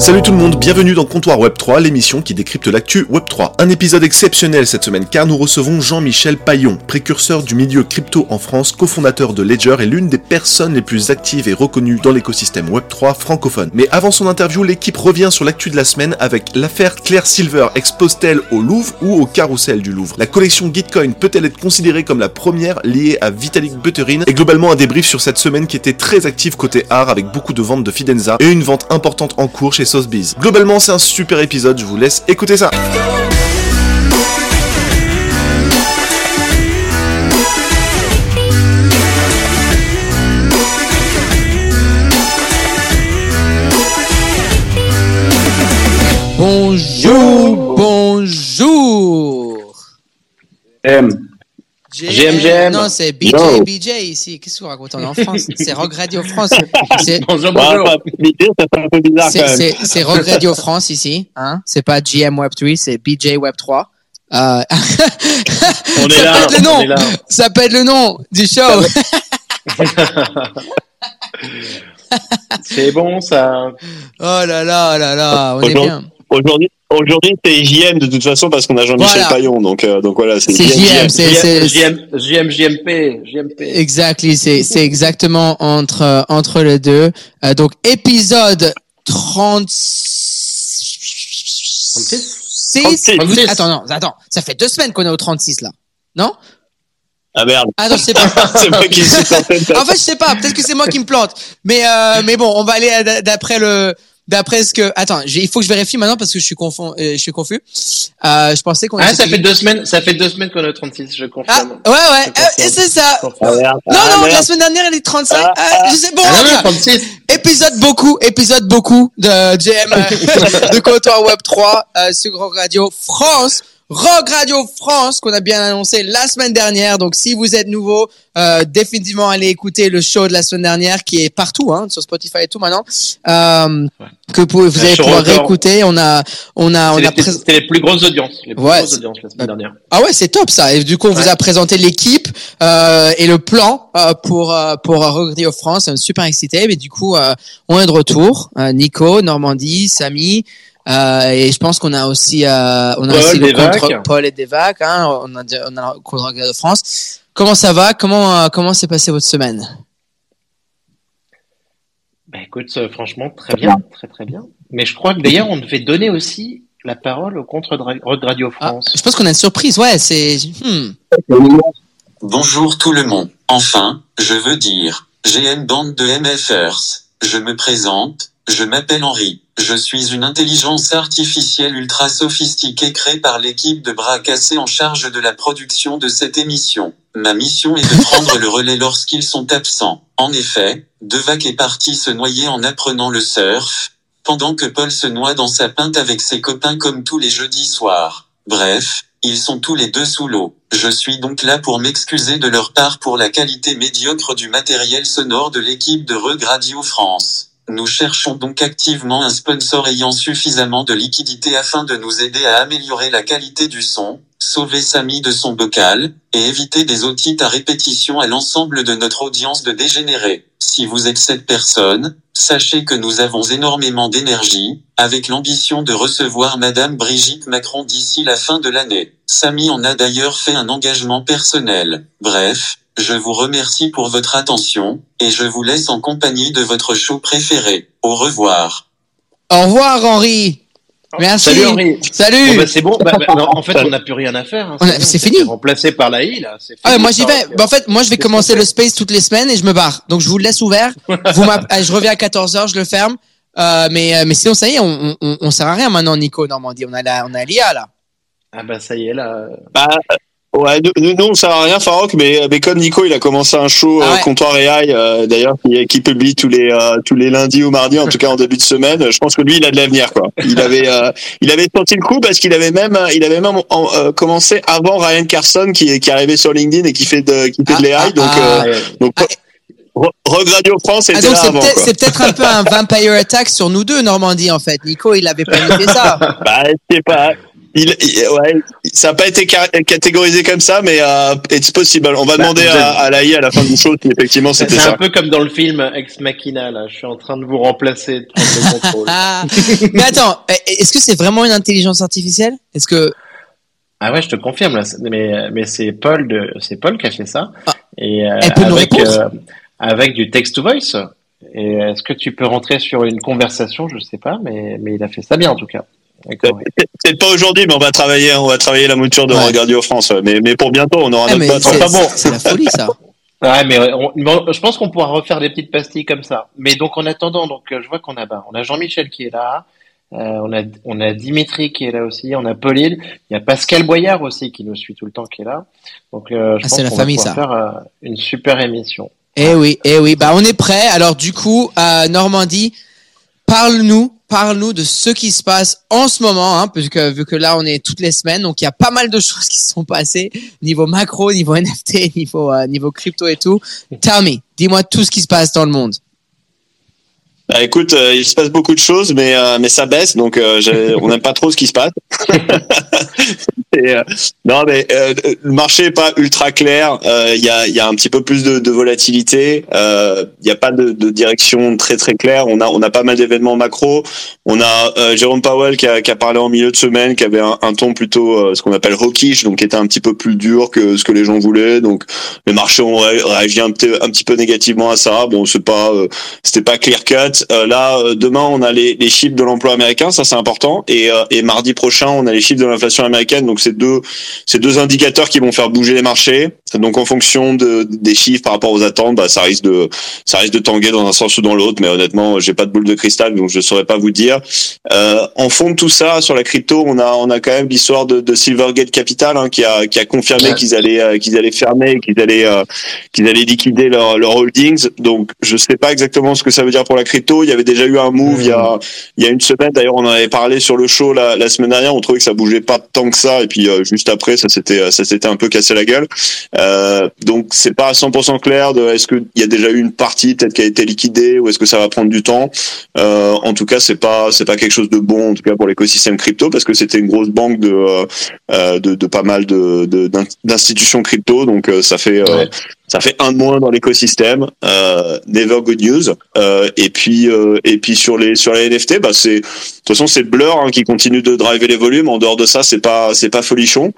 Salut tout le monde, bienvenue dans Comptoir Web3, l'émission qui décrypte l'actu Web3. Un épisode exceptionnel cette semaine car nous recevons Jean-Michel Paillon, précurseur du milieu crypto en France, cofondateur de Ledger et l'une des personnes les plus actives et reconnues dans l'écosystème Web3 francophone. Mais avant son interview, l'équipe revient sur l'actu de la semaine avec l'affaire Claire Silver. Expose-t-elle au Louvre ou au carrousel du Louvre? La collection Gitcoin peut-elle être considérée comme la première liée à Vitalik Buterin? Et globalement un débrief sur cette semaine qui était très active côté art avec beaucoup de ventes de Fidenza et une vente importante en cours chez Sotheby's. Globalement, c'est un super épisode, je vous laisse écouter ça. Bonjour. GM. Non, c'est BJ ici. Qu'est-ce que vous racontez en France? C'est Rock Radio France. Bonjour. Ça fait un peu bizarre quand même. C'est Rock Radio France ici. Hein? C'est pas GM Web3, c'est BJ Web3. On est là. Ça peut être le nom du show. C'est bon, ça. Oh là là, on est bien. Aujourd'hui, c'est JM de toute façon parce qu'on a Jean-Michel Paillon, donc voilà, c'est JM. JMP. Exactly, c'est exactement entre les deux. Donc épisode 36. Attends, ça fait 2 semaines qu'on est au 36 là. Non? Ah merde. Attends, je sais pas. C'est moi qui suis certain. En fait, je sais pas, peut-être que c'est moi qui me plante. Mais bon, on va aller d'après ce que... Attends, il faut que je vérifie maintenant parce que je suis confus. Je pensais qu'on... ça fait 2 semaines qu'on est au 36, je confirme. Ouais, et c'est ça. Merde. La semaine dernière, elle est 35. Je sais, bon, non, 36. Épisode beaucoup de GM, de Comptoir Web3, sur Rock Radio France, qu'on a bien annoncé la semaine dernière. Donc, si vous êtes nouveau, définitivement allez écouter le show de la semaine dernière qui est partout, hein, sur Spotify et tout maintenant, que vous allez pouvoir réécouter. C'était les plus grosses audiences. Grosses audiences la semaine dernière. Ah ouais, c'est top ça. Et du coup, on vous a présenté l'équipe, et le plan, pour Rock Radio France. On est super excités. Mais du coup, on est de retour. Nico, Normandie, Samy, et je pense qu'on a aussi le contre Paul et Devac, hein, on a le contre Rock Radio France. Comment ça va? Comment s'est passée votre semaine? Bah écoute, franchement, très bien. Mais je crois que d'ailleurs, on devait donner aussi la parole au contre Rock Radio France. Je pense qu'on a une surprise, ouais, Bonjour tout le monde. Enfin, je veux dire, j'ai une bande de MFers. Je me présente, je m'appelle Henri. Je suis une intelligence artificielle ultra sophistiquée créée par l'équipe de bras cassés en charge de la production de cette émission. Ma mission est de prendre le relais lorsqu'ils sont absents. En effet, Devac est parti se noyer en apprenant le surf, pendant que Paul se noie dans sa pinte avec ses copains comme tous les jeudis soirs. Bref, ils sont tous les deux sous l'eau. Je suis donc là pour m'excuser de leur part pour la qualité médiocre du matériel sonore de l'équipe de Rock Radio France. Nous cherchons donc activement un sponsor ayant suffisamment de liquidité afin de nous aider à améliorer la qualité du son, sauver Samy de son bocal, et éviter des otites à répétition à l'ensemble de notre audience de dégénérés. Si vous êtes cette personne, sachez que nous avons énormément d'énergie, avec l'ambition de recevoir Madame Brigitte Macron d'ici la fin de l'année. Samy en a d'ailleurs fait un engagement personnel. Bref, je vous remercie pour votre attention, et je vous laisse en compagnie de votre show préféré. Au revoir. Au revoir, Henri. Merci. Salut, Henri. Salut. Bon, c'est bon. En fait, on n'a plus rien à faire. Hein. C'est fini. Remplacé par l'AI, là. C'est fini. Ah ouais, moi, j'y vais. En fait, moi, je vais commencer le space toutes les semaines et je me barre. Donc, je vous le laisse ouvert. Je reviens à 14h, je le ferme. Mais sinon, ça y est, on sert à rien maintenant, Nico, Normandie. On a l'IA, là. Ah bah, ça y est, là. Ouais, nous on sert à rien, Farok, mais comme Nico, il a commencé un show Comptoir AI, d'ailleurs, qui publie tous les lundis ou mardis, en tout cas en début de semaine. Je pense que lui, il a de l'avenir, quoi. Il avait senti le coup parce qu'il avait même commencé avant Ryan Carson, qui est arrivé sur LinkedIn et qui fait de l'AI, donc Rock Radio France était là avant. C'est peut-être un peu un vampire attack sur nous deux, Normandie, en fait. Nico, il avait planifié ça. Bah, je sais pas. Ouais, ça n'a pas été catégorisé comme ça, mais it's possible. On va demander à l'AI à la fin du show si effectivement c'était ça. C'est un peu comme dans le film Ex Machina, là. Je suis en train de vous remplacer, de prendre le contrôle. Mais attends, est-ce que c'est vraiment une intelligence artificielle? Est-ce que... Ah ouais, je te confirme, là. Mais c'est Paul qui a fait ça. Et, elle peut nous répondre avec du text to voice. Et est-ce que tu peux rentrer sur une conversation? Je sais pas, mais il a fait ça bien, en tout cas. C'est pas aujourd'hui, mais on va travailler la mouture de Radio France. Mais pour bientôt, on aura notre pote. Enfin bon, c'est la folie, ça. Ouais, mais je pense qu'on pourra refaire des petites pastilles comme ça. Mais donc, en attendant, je vois qu'on a Jean-Michel qui est là. On a Dimitri qui est là aussi. On a Pauline. Il y a Pascal Boyard aussi qui nous suit tout le temps qui est là. Donc, je pense qu'on va pouvoir faire une super émission. Eh oui. Bah, on est prêt. Alors, du coup, Normandie, parle-nous de ce qui se passe en ce moment, hein, vu que là, on est toutes les semaines. Donc, il y a pas mal de choses qui se sont passées niveau macro, niveau NFT, niveau crypto et tout. Tell me, dis-moi tout ce qui se passe dans le monde. Bah, écoute, il se passe beaucoup de choses, mais ça baisse, donc on n'aime pas trop ce qui se passe. Non, mais le marché est pas ultra clair. Il y a un petit peu plus de volatilité. Il y a pas de direction très très claire. On a pas mal d'événements macro. On a Jérôme Powell qui a parlé en milieu de semaine, qui avait un ton plutôt ce qu'on appelle hawkish, donc qui était un petit peu plus dur que ce que les gens voulaient. Donc les marchés ont réagi un petit peu négativement à ça. Bon, c'était pas clear cut. Là, demain, on a les chiffres de l'emploi américain, ça c'est important, et mardi prochain, on a les chiffres de l'inflation américaine. Donc c'est deux indicateurs qui vont faire bouger les marchés. Donc en fonction des chiffres par rapport aux attentes, bah ça risque de tanguer dans un sens ou dans l'autre. Mais honnêtement, j'ai pas de boule de cristal, donc je saurais pas vous dire. En fond de tout ça, sur la crypto, on a quand même l'histoire de Silvergate Capital, hein, qui a confirmé qu'ils allaient fermer, qu'ils allaient liquider leur holdings. Donc je sais pas exactement ce que ça veut dire pour la crypto. Il y avait déjà eu un move il y a une semaine. D'ailleurs, on en avait parlé sur le show la semaine dernière. On trouvait que ça bougeait pas tant que ça, et puis juste après, ça s'était un peu cassé la gueule. Donc c'est pas à 100% clair de est-ce que il y a déjà eu une partie peut-être qui a été liquidée ou est-ce que ça va prendre du temps. En tout cas, c'est pas quelque chose de bon en tout cas pour l'écosystème crypto, parce que c'était une grosse banque de pas mal d'institutions crypto. Donc ça fait un de moins dans l'écosystème. Never good news. Et puis sur les NFT, bah de toute façon c'est Blur, hein, qui continue de driver les volumes. En dehors de ça, c'est pas folichon.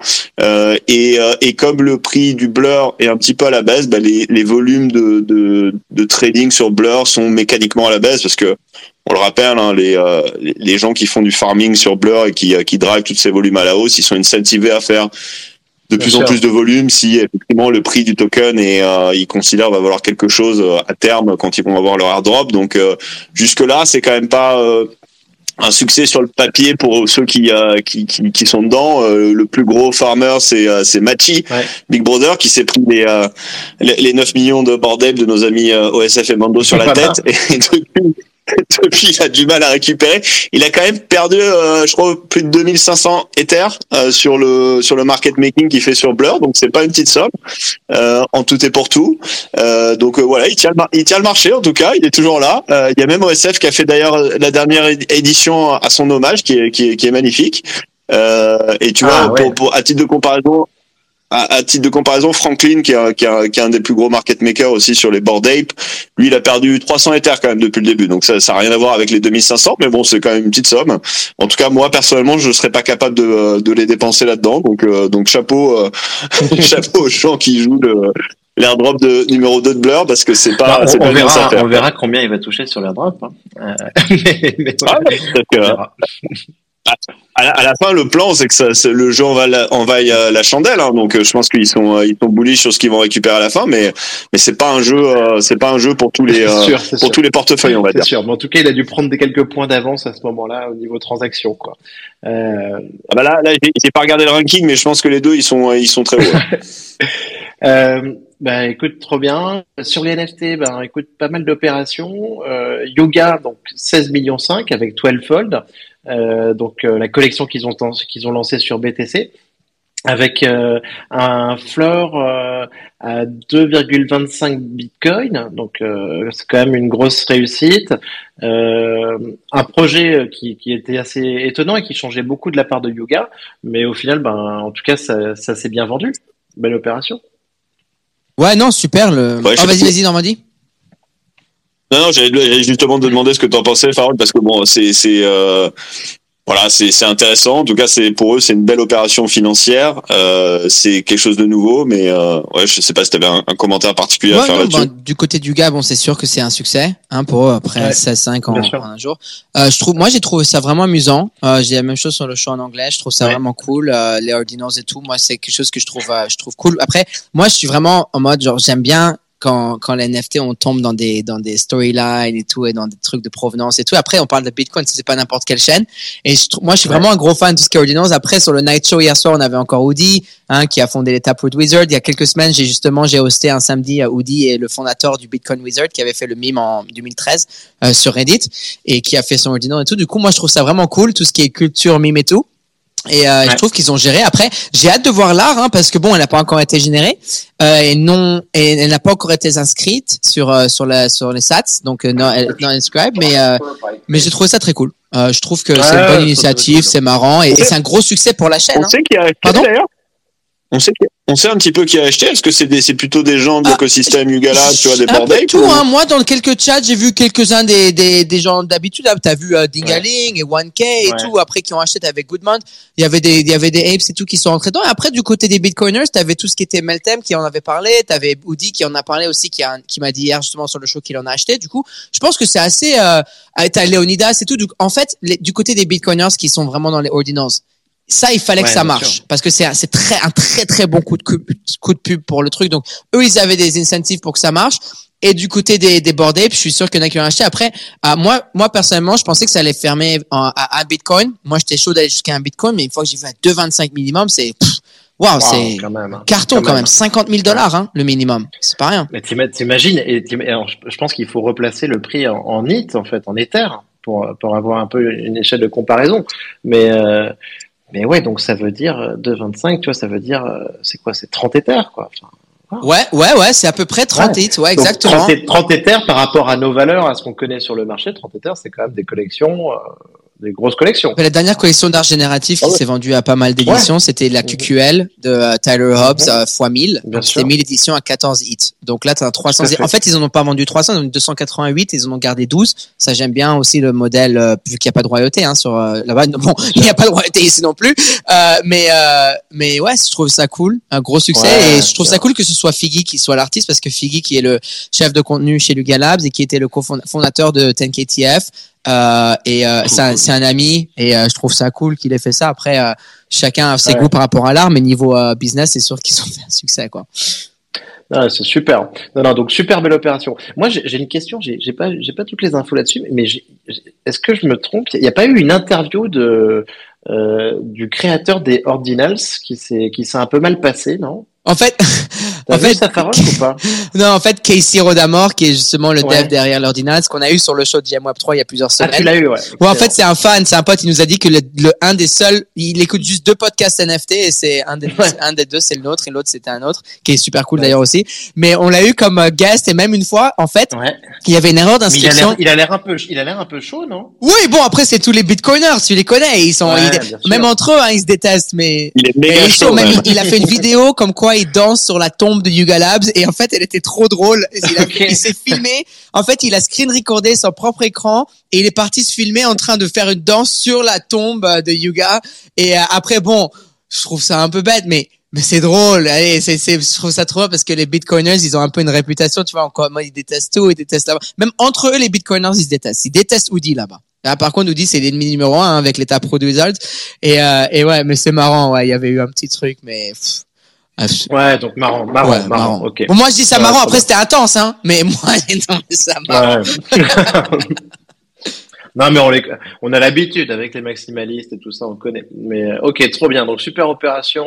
Et comme le prix du Blur est un petit peu à la baisse, bah les volumes de trading sur Blur sont mécaniquement à la baisse, parce que on le rappelle, hein, les gens qui font du farming sur Blur et qui drive tous ces volumes à la hausse, ils sont incentivés à faire de plus en plus de volume si effectivement le prix du token ils considèrent va valoir quelque chose à terme quand ils vont avoir leur airdrop. Donc jusque là, c'est quand même pas un succès sur le papier pour ceux qui sont dedans. Le plus gros farmer, c'est Machi, Big Brother, qui s'est pris les 9 millions de bordel de nos amis OSF et Mando sur la tête, et depuis, il a du mal à récupérer. Il a quand même perdu, je crois, plus de 2500 Ethers sur le market making qu'il fait sur Blur. Donc c'est pas une petite somme en tout et pour tout. Donc voilà, il tient le marché en tout cas. Il est toujours là. Il y a même OSF qui a fait d'ailleurs la dernière édition à son hommage, qui est magnifique. Et tu vois, pour à titre de comparaison. À titre de comparaison, Franklin, qui est un des plus gros market makers aussi sur les Bored Ape, lui, il a perdu 300 Ethers quand même depuis le début. Donc ça a rien à voir avec les 2500, mais bon, c'est quand même une petite somme. En tout cas, moi, personnellement, je serais pas capable de les dépenser là-dedans. Donc chapeau aux gens qui jouent l'airdrop de numéro 2 de Blur, parce que c'est pas, on verra combien il va toucher sur l'airdrop, hein. À la fin, le plan, c'est que le jeu envaille la chandelle, hein. Donc je pense qu'ils sont bullish sur ce qu'ils vont récupérer à la fin, mais c'est pas un jeu pour tous les tous les portefeuilles, on va dire. C'est sûr, mais en tout cas, il a dû prendre quelques points d'avance à ce moment-là au niveau transaction, quoi. Là, j'ai pas regardé le ranking, mais je pense que les deux ils sont très hauts. Bah écoute, trop bien. Sur les NFT, écoute, pas mal d'opérations. Yoga, donc 16,5 millions avec 12 Fold. La collection qu'ils ont lancée sur BTC. avec un floor à 2,25 Bitcoin, donc c'est quand même une grosse réussite. Un projet qui était assez étonnant et qui changeait beaucoup de la part de Yuga, mais au final, en tout cas, ça s'est bien vendu. Belle opération. Ouais, non, super. Vas-y, Normandie. Non, j'allais justement te demander ce que tu en pensais, Farol, parce que bon, c'est intéressant. En tout cas, pour eux, c'est une belle opération financière. C'est quelque chose de nouveau, mais je sais pas si tu avais un commentaire particulier à faire là-dessus. Du côté du gars, c'est sûr que c'est un succès pour eux après 16-5 en un jour. J'ai trouvé ça vraiment amusant. J'ai la même chose sur le show en anglais. Je trouve ça vraiment cool. Les ordinals et tout, moi, c'est quelque chose que je trouve cool. Après, moi, je suis vraiment en mode j'aime bien quand les NFT on tombe dans des storylines et tout et dans des trucs de provenance et tout. Après on parle de Bitcoin, c'est pas n'importe quelle chaîne. Et moi je suis vraiment un gros fan de tout ce qui est ordinals. Après sur le Night Show hier soir on avait encore Woody qui a fondé les Taproot Wizards. Il y a quelques semaines j'ai hosté un samedi Woody et le fondateur du Bitcoin Wizard qui avait fait le meme en 2013 sur Reddit et qui a fait son ordinal et tout. Du coup moi je trouve ça vraiment cool tout ce qui est culture meme et tout. Et je trouve qu'ils ont géré. Après, j'ai hâte de voir l'art, parce que bon, elle n'a pas encore été générée et elle n'a pas encore été inscrite sur les SATs, donc non inscribed. Mais j'ai trouvé ça très cool. Je trouve que c'est une bonne initiative, c'est marrant et c'est un gros succès pour la chaîne. On sait qu'il y a d'ailleurs. On sait un petit peu qui a acheté. Est-ce que c'est plutôt des gens de l'écosystème Yuga Labs, tu vois, des Bored Ape tout, Moi, dans quelques chats, j'ai vu quelques-uns des gens d'habitude. T'as vu Dingaling et 1K et tout. Après, qui ont acheté avec Goodman. Il y avait des apes et tout qui sont rentrés dedans. Et après, du côté des Bitcoiners, t'avais tout ce qui était Meltem qui en avait parlé. T'avais Woody qui en a parlé aussi, qui m'a dit hier justement sur le show qu'il en a acheté. Du coup, je pense que c'est assez. T'as Leonidas et tout. En fait, du côté des Bitcoiners qui sont vraiment dans les ordinals. Ça, il fallait que ça marche parce que c'est un très très bon coup de pub pour le truc. Donc eux, ils avaient des incentives pour que ça marche. Et du côté des Bored Ape, je suis sûr qu'il y en a qui ont acheté. Après, moi personnellement, je pensais que ça allait fermer à Bitcoin. Moi, j'étais chaud d'aller jusqu'à un Bitcoin, mais une fois que j'ai vu à 2,25 minimum, c'est c'est carton quand même. $50,000 le minimum. C'est pas rien. Mais t'imagines je pense qu'il faut replacer le prix en ETH en fait, en Ether pour avoir un peu une échelle de comparaison. Mais ouais, donc ça veut dire 2,25, tu vois, ça veut dire, c'est quoi, c'est 30 Ethers, quoi. Enfin, ouais, c'est à peu près 30 ETH, ouais, exactement. 30 Ethers par rapport à nos valeurs, à ce qu'on connaît sur le marché, 30 Ethers, c'est quand même des collections, des grosses collections. Mais la dernière collection d'art génératif qui s'est vendue à pas mal d'éditions, c'était la QQL de Tyler Hobbs fois 1000. C'était 1000 éditions à 14 hits. Donc là, t'as 300. En fait, ils en ont pas vendu 300, ils en ont 288, ils en ont gardé 12. Ça, j'aime bien aussi le modèle, vu qu'il n'y a pas de royauté, sur, là-bas. Bon, il n'y a pas de royauté ici non plus. Mais ouais, je trouve ça cool. Un gros succès. Et je trouve ça cool que ce soit Figgy qui soit l'artiste parce que Figgy qui est le chef de contenu chez Yuga Labs et qui était le cofondateur de 10KTF. C'est un ami et je trouve ça cool qu'il ait fait ça. Après, chacun a ses goûts par rapport à l'art, mais niveau business, c'est sûr qu'ils ont fait un succès, quoi. Non, c'est super. Non, donc super belle opération. Moi, j'ai une question. J'ai pas toutes les infos là-dessus, mais est-ce que je me trompe? Il n'y a pas eu une interview du créateur des Ordinals qui s'est un peu mal passé, non? En fait, sa parole ou pas? Non, en fait, Casey Rodamore, qui est justement le dev derrière l'Ordinals, qu'on a eu sur le show de GMWeb3 il y a plusieurs semaines. Ah, tu l'as eu, ouais. Ouais, en fait, c'est un fan, c'est un pote, il nous a dit que un des seuls, il écoute juste 2 podcasts NFT et c'est un des deux, c'est le nôtre et l'autre c'était un autre, qui est super cool d'ailleurs aussi. Mais on l'a eu comme guest et même une fois, en fait, il y avait une erreur d'inscription. Il a l'air un peu chaud, non? Oui, bon, après, c'est tous les Bitcoiners, tu les connais, ils sont, même entre eux, ils se détestent, mais il est méga chaud. Même, il a fait une vidéo comme quoi il danse sur la tombe de Yuga Labs et en fait elle était trop drôle. Il s'est filmé, en fait il a screen recordé son propre écran et il est parti se filmer en train de faire une danse sur la tombe de Yuga et après bon, je trouve ça un peu bête mais c'est drôle. Allez, je trouve ça trop drôle parce que les Bitcoiners ils ont un peu une réputation, tu vois, encore moi ils détestent tout, ils détestent là-bas. Même entre eux les Bitcoiners ils se détestent. Ils détestent Woody là-bas. Là, par contre, Woody, c'est l'ennemi numéro 1 avec les Taproot Wizards. Et ouais, mais c'est marrant, ouais, il y avait eu un petit truc, mais ouais, donc marrant. Okay. Bon, moi je dis ça marrant. Après c'était intense, mais moi ça marrant. Ouais. Non, mais on a l'habitude avec les maximalistes et tout ça, on connaît. Mais ok, trop bien. Donc super opération.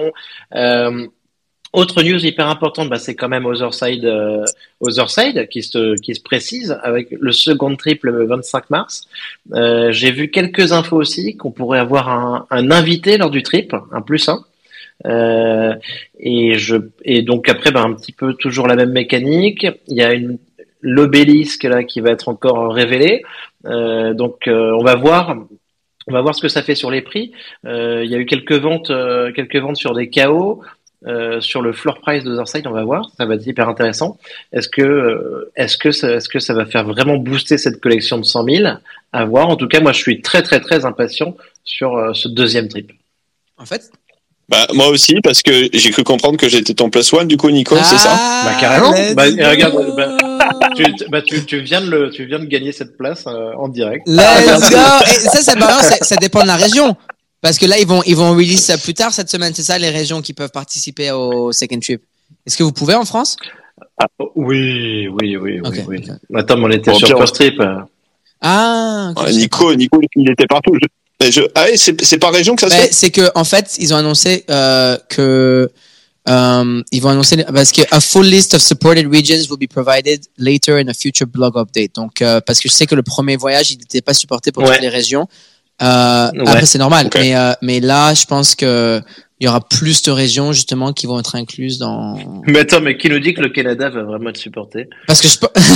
Autre news hyper importante, c'est quand même Otherside qui se précise avec le second triple le 25 mars. J'ai vu quelques infos aussi qu'on pourrait avoir un invité lors du trip, un +1. Et donc après, un petit peu toujours la même mécanique. Il y a l'obélisque là qui va être encore révélé. Donc on va voir ce que ça fait sur les prix. Il y a eu quelques ventes sur des KO. Sur le floor price de Otherside, on va voir, ça va être hyper intéressant. Est-ce que ça va faire vraiment booster cette collection de 100 000? À voir. En tout cas, moi, je suis très très très impatient sur ce deuxième trip. En fait, moi aussi, parce que j'ai cru comprendre que j'étais ton plus one, du coup, Nico, c'est ça? Carrément. Regarde, tu viens de gagner cette place en direct. Let's go. Et ça marrant, ça dépend de la région. Parce que là, ils vont release ça plus tard cette semaine, c'est ça, les régions qui peuvent participer au second trip. Est-ce que vous pouvez en France? Oui. Okay. Attends, mais on était sur first trip. Okay. Nico, il était partout. C'est par région que ça se fait? C'est que, en fait, ils ont annoncé ils vont annoncer parce que a full list of supported regions will be provided later in a future blog update. Donc, parce que je sais que le premier voyage, il n'était pas supporté pour toutes les régions. Après c'est normal, mais là je pense que il y aura plus de régions justement qui vont être incluses dans. Mais attends, mais qui nous dit que le Canada va vraiment être supporté? Parce que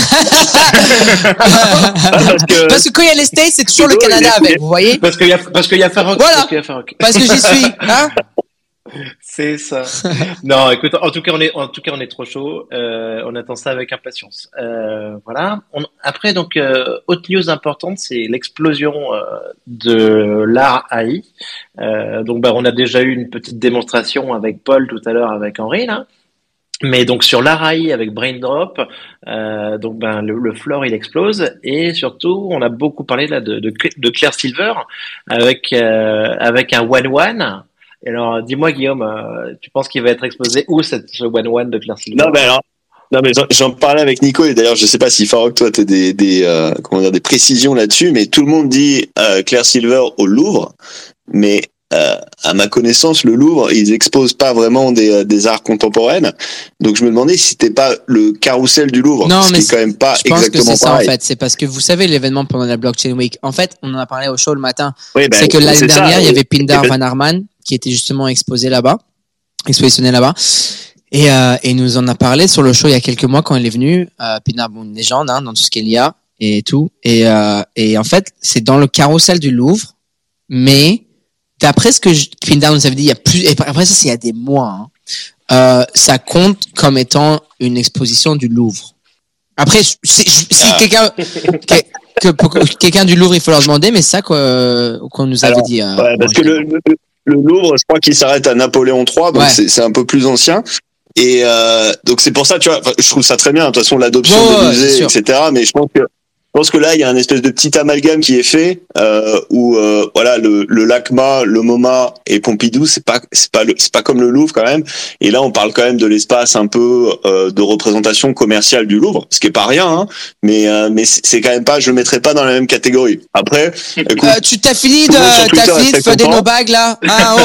parce que quand il y a les States, c'est toujours le Canada avec, vous voyez? Parce qu'il y a Farok. Voilà. Parce que j'y suis, hein? C'est ça. Non, écoute, en tout cas, on est trop chaud. On attend ça avec impatience. Voilà. Après, donc, autre news importante, c'est l'explosion de l'art AI. Donc, on a déjà eu une petite démonstration avec Paul tout à l'heure, avec Henri, là. Mais donc sur l'art AI avec Braindrop, donc le floor il explose, et surtout on a beaucoup parlé là de Claire Silver avec un 1-1. Alors, dis-moi, Guillaume, tu penses qu'il va être exposé où, ce 1-1 de Claire Silver? Non, mais j'en parlais avec Nico, et d'ailleurs, je sais pas si Farok, toi, t'as des précisions là-dessus, mais tout le monde dit Claire Silver au Louvre, mais à ma connaissance, le Louvre, ils exposent pas vraiment des arts contemporaines. Donc je me demandais si c'était pas le carrousel du Louvre. Non, mais c'est quand même pas exactement pareil. Je pense que c'est ça en fait. C'est parce que vous savez l'événement pendant la Blockchain Week. En fait, on en a parlé au show le matin. Oui, c'est que l'année dernière, il y avait Pindar Van Arman qui était justement expositionné là-bas. Et nous en a parlé sur le show il y a quelques mois quand il est venu. Pindar, une légende dans tout ce qu'il y a et tout. Et en fait, c'est dans le carrousel du Louvre, mais d'après ce que Pindar nous avait dit, il y a plus. Et après ça, c'est il y a des mois. Ça compte comme étant une exposition du Louvre. Après, si quelqu'un du Louvre, il faut leur demander, mais c'est ça qu'on nous avait dit. Parce que le Louvre, je crois qu'il s'arrête à Napoléon III, donc c'est un peu plus ancien. Et donc c'est pour ça, tu vois, je trouve ça très bien. De toute façon, l'adoption des musées, etc. Mais je pense que là, il y a un espèce de petit amalgame qui est fait où voilà, le LACMA, le MoMA et Pompidou, c'est pas comme le Louvre quand même. Et là, on parle quand même de l'espace un peu de représentation commerciale du Louvre, ce qui est pas rien, hein, mais c'est quand même pas, je le mettrais pas dans la même catégorie. Après, écoute, tu t'as fini de faire des no-bags là?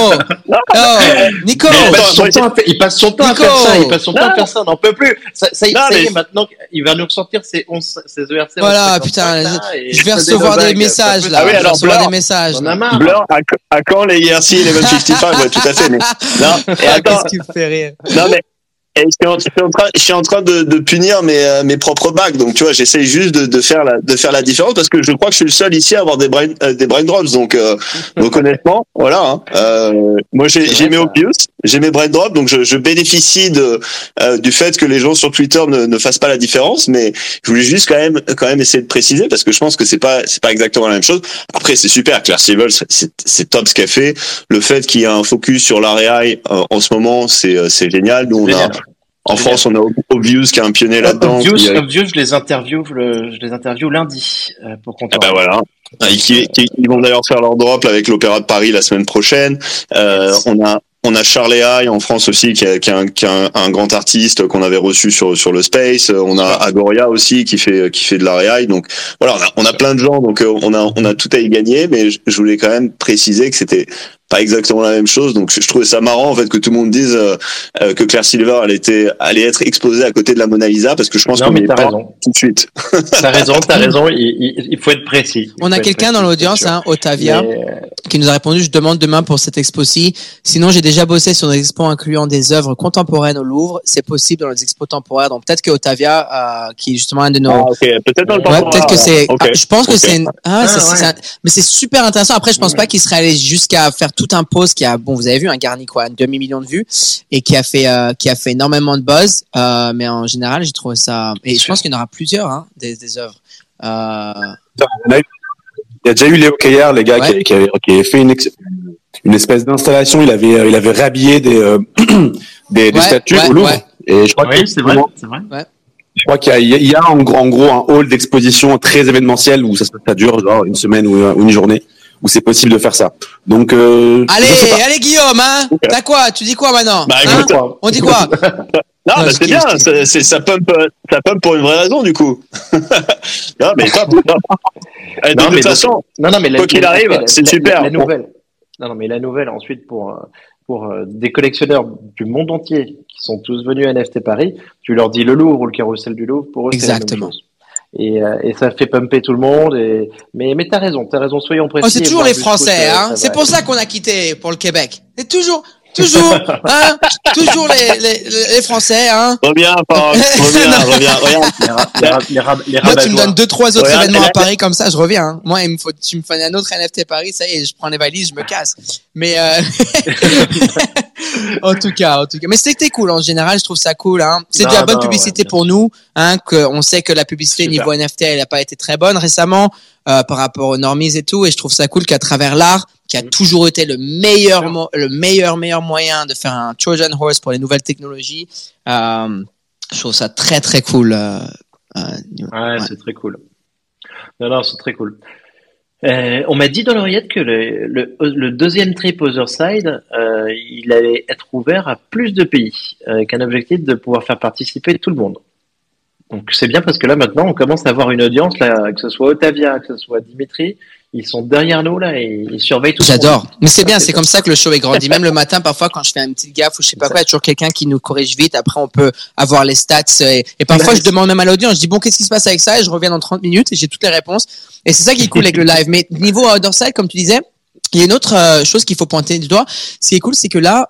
Nico, il passe son temps à faire ça. On n'en peut plus. Ça y est, maintenant, il va nous ressortir ses ERC. Voilà. Putain, je vais recevoir des messages là. Ah oui, alors des messages. Blur, à quand les ERC 1155? Ouais, tout à fait. Mais non. Et attends. Qu'est-ce qui me fait rire? Non mais. Et je suis en train de punir mes propres bacs. Donc tu vois, j'essaye juste de faire la différence parce que je crois que je suis le seul ici à avoir des brain drops. Donc honnêtement, voilà. Moi j'ai mes obvious, j'ai mes brain drops, donc je bénéficie du fait que les gens sur Twitter ne fassent pas la différence. Mais je voulais juste quand même essayer de préciser parce que je pense que c'est pas exactement la même chose. Après c'est super, Claire Silver, c'est top ce qu'elle fait. Le fait qu'il y ait un focus sur l'AREI en ce moment, c'est génial. Nous en France, on a Obvious qui est un pionnier là-dedans. Obvious, je les interview lundi pour qu'on. Ben voilà. Ils vont d'ailleurs faire leur drop avec l'Opéra de Paris la semaine prochaine. On a Charles Hay en France aussi qui est un grand artiste qu'on avait reçu sur le Space. On a Agoria aussi qui fait de l'AREI. Donc voilà, on a plein de gens. Donc on a tout à y gagner. Mais je voulais quand même préciser que c'était pas exactement la même chose. Donc je trouvais ça marrant en fait que tout le monde dise que Claire Silver allait être exposée à côté de la Mona Lisa, parce que je pense qu'on est pas tout de suite. T'as raison. Il faut être précis. On a quelqu'un dans l'audience, Otavia, qui nous a répondu: je demande demain pour cette expo-ci. Sinon, j'ai déjà bossé sur des expos incluant des œuvres contemporaines au Louvre. C'est possible dans les expos temporaires. Donc peut-être que Otavia, qui est justement un de nos. Peut-être dans le temporaire. Peut-être que c'est. Je pense que c'est. Mais c'est super intéressant. Après, je pense pas qu'il serait allé jusqu'à faire tout un post qui a, vous avez vu, un garni quoi, 1 demi-million de vues, et qui a fait énormément de buzz. Mais en général, j'ai trouvé ça. Et je pense qu'il y en aura plusieurs, des œuvres. Il y a déjà eu Léo Caillard, les gars, qui avait fait une espèce d'installation. Il avait réhabillé des statues au Louvre. Et je crois que c'est vrai. Ouais. Je crois qu'il y a en gros un hall d'exposition très événementiel où ça dure genre une semaine ou une journée, où c'est possible de faire ça. Donc allez Guillaume, okay. T'as quoi? Tu dis quoi maintenant? On dit quoi? Non, c'est bien, ça pump pour une vraie raison, du coup. Non, mais top. De toute façon, quoi qu'il arrive, c'est super. La nouvelle, ensuite, pour des collectionneurs du monde entier qui sont tous venus à NFT Paris, tu leur dis le Louvre ou le carrousel du Louvre, pour eux, exactement. C'est la même chose. Et ça fait pumper tout le monde. Mais t'as raison, soyons précis. C'est toujours les Français, c'est pour ça qu'on a quitté pour le Québec. C'est toujours, toujours les Français, Reviens. Moi, tu me donnes 2-3 autres événements à Paris comme ça, je reviens. Moi, tu me fais un autre NFT Paris, ça y est, je prends les valises, je me casse. Mais en tout cas. Mais c'était cool en général, je trouve ça cool. C'est de la bonne publicité pour nous, qu'on sait que la publicité niveau NFT, elle a pas été très bonne récemment par rapport aux normies et tout. Et je trouve ça cool qu'à travers l'art, qui a toujours été le meilleur moyen de faire un Trojan Horse pour les nouvelles technologies. Je trouve ça très très cool. C'est très cool. Non, c'est très cool. On m'a dit dans l'oreillette que le deuxième trip Otherside, il allait être ouvert à plus de pays, avec un objectif de pouvoir faire participer tout le monde. Donc c'est bien parce que là maintenant on commence à avoir une audience là, que ce soit Otavia, que ce soit Dimitri. Ils sont derrière nous là et ils surveillent tout. J'adore. Mais c'est bien, c'est comme ça que le show est grandi. Même le matin, parfois, quand je fais une petite gaffe ou je sais pas quoi, il y a toujours quelqu'un qui nous corrige vite. Après, on peut avoir les stats. Et parfois, je demande même à l'audience, je dis bon, qu'est-ce qui se passe avec ça? Et je reviens dans 30 minutes et j'ai toutes les réponses. Et c'est ça qui est cool avec le live. Mais niveau Otherside, comme tu disais, il y a une autre chose qu'il faut pointer du doigt. Ce qui est cool, c'est que là,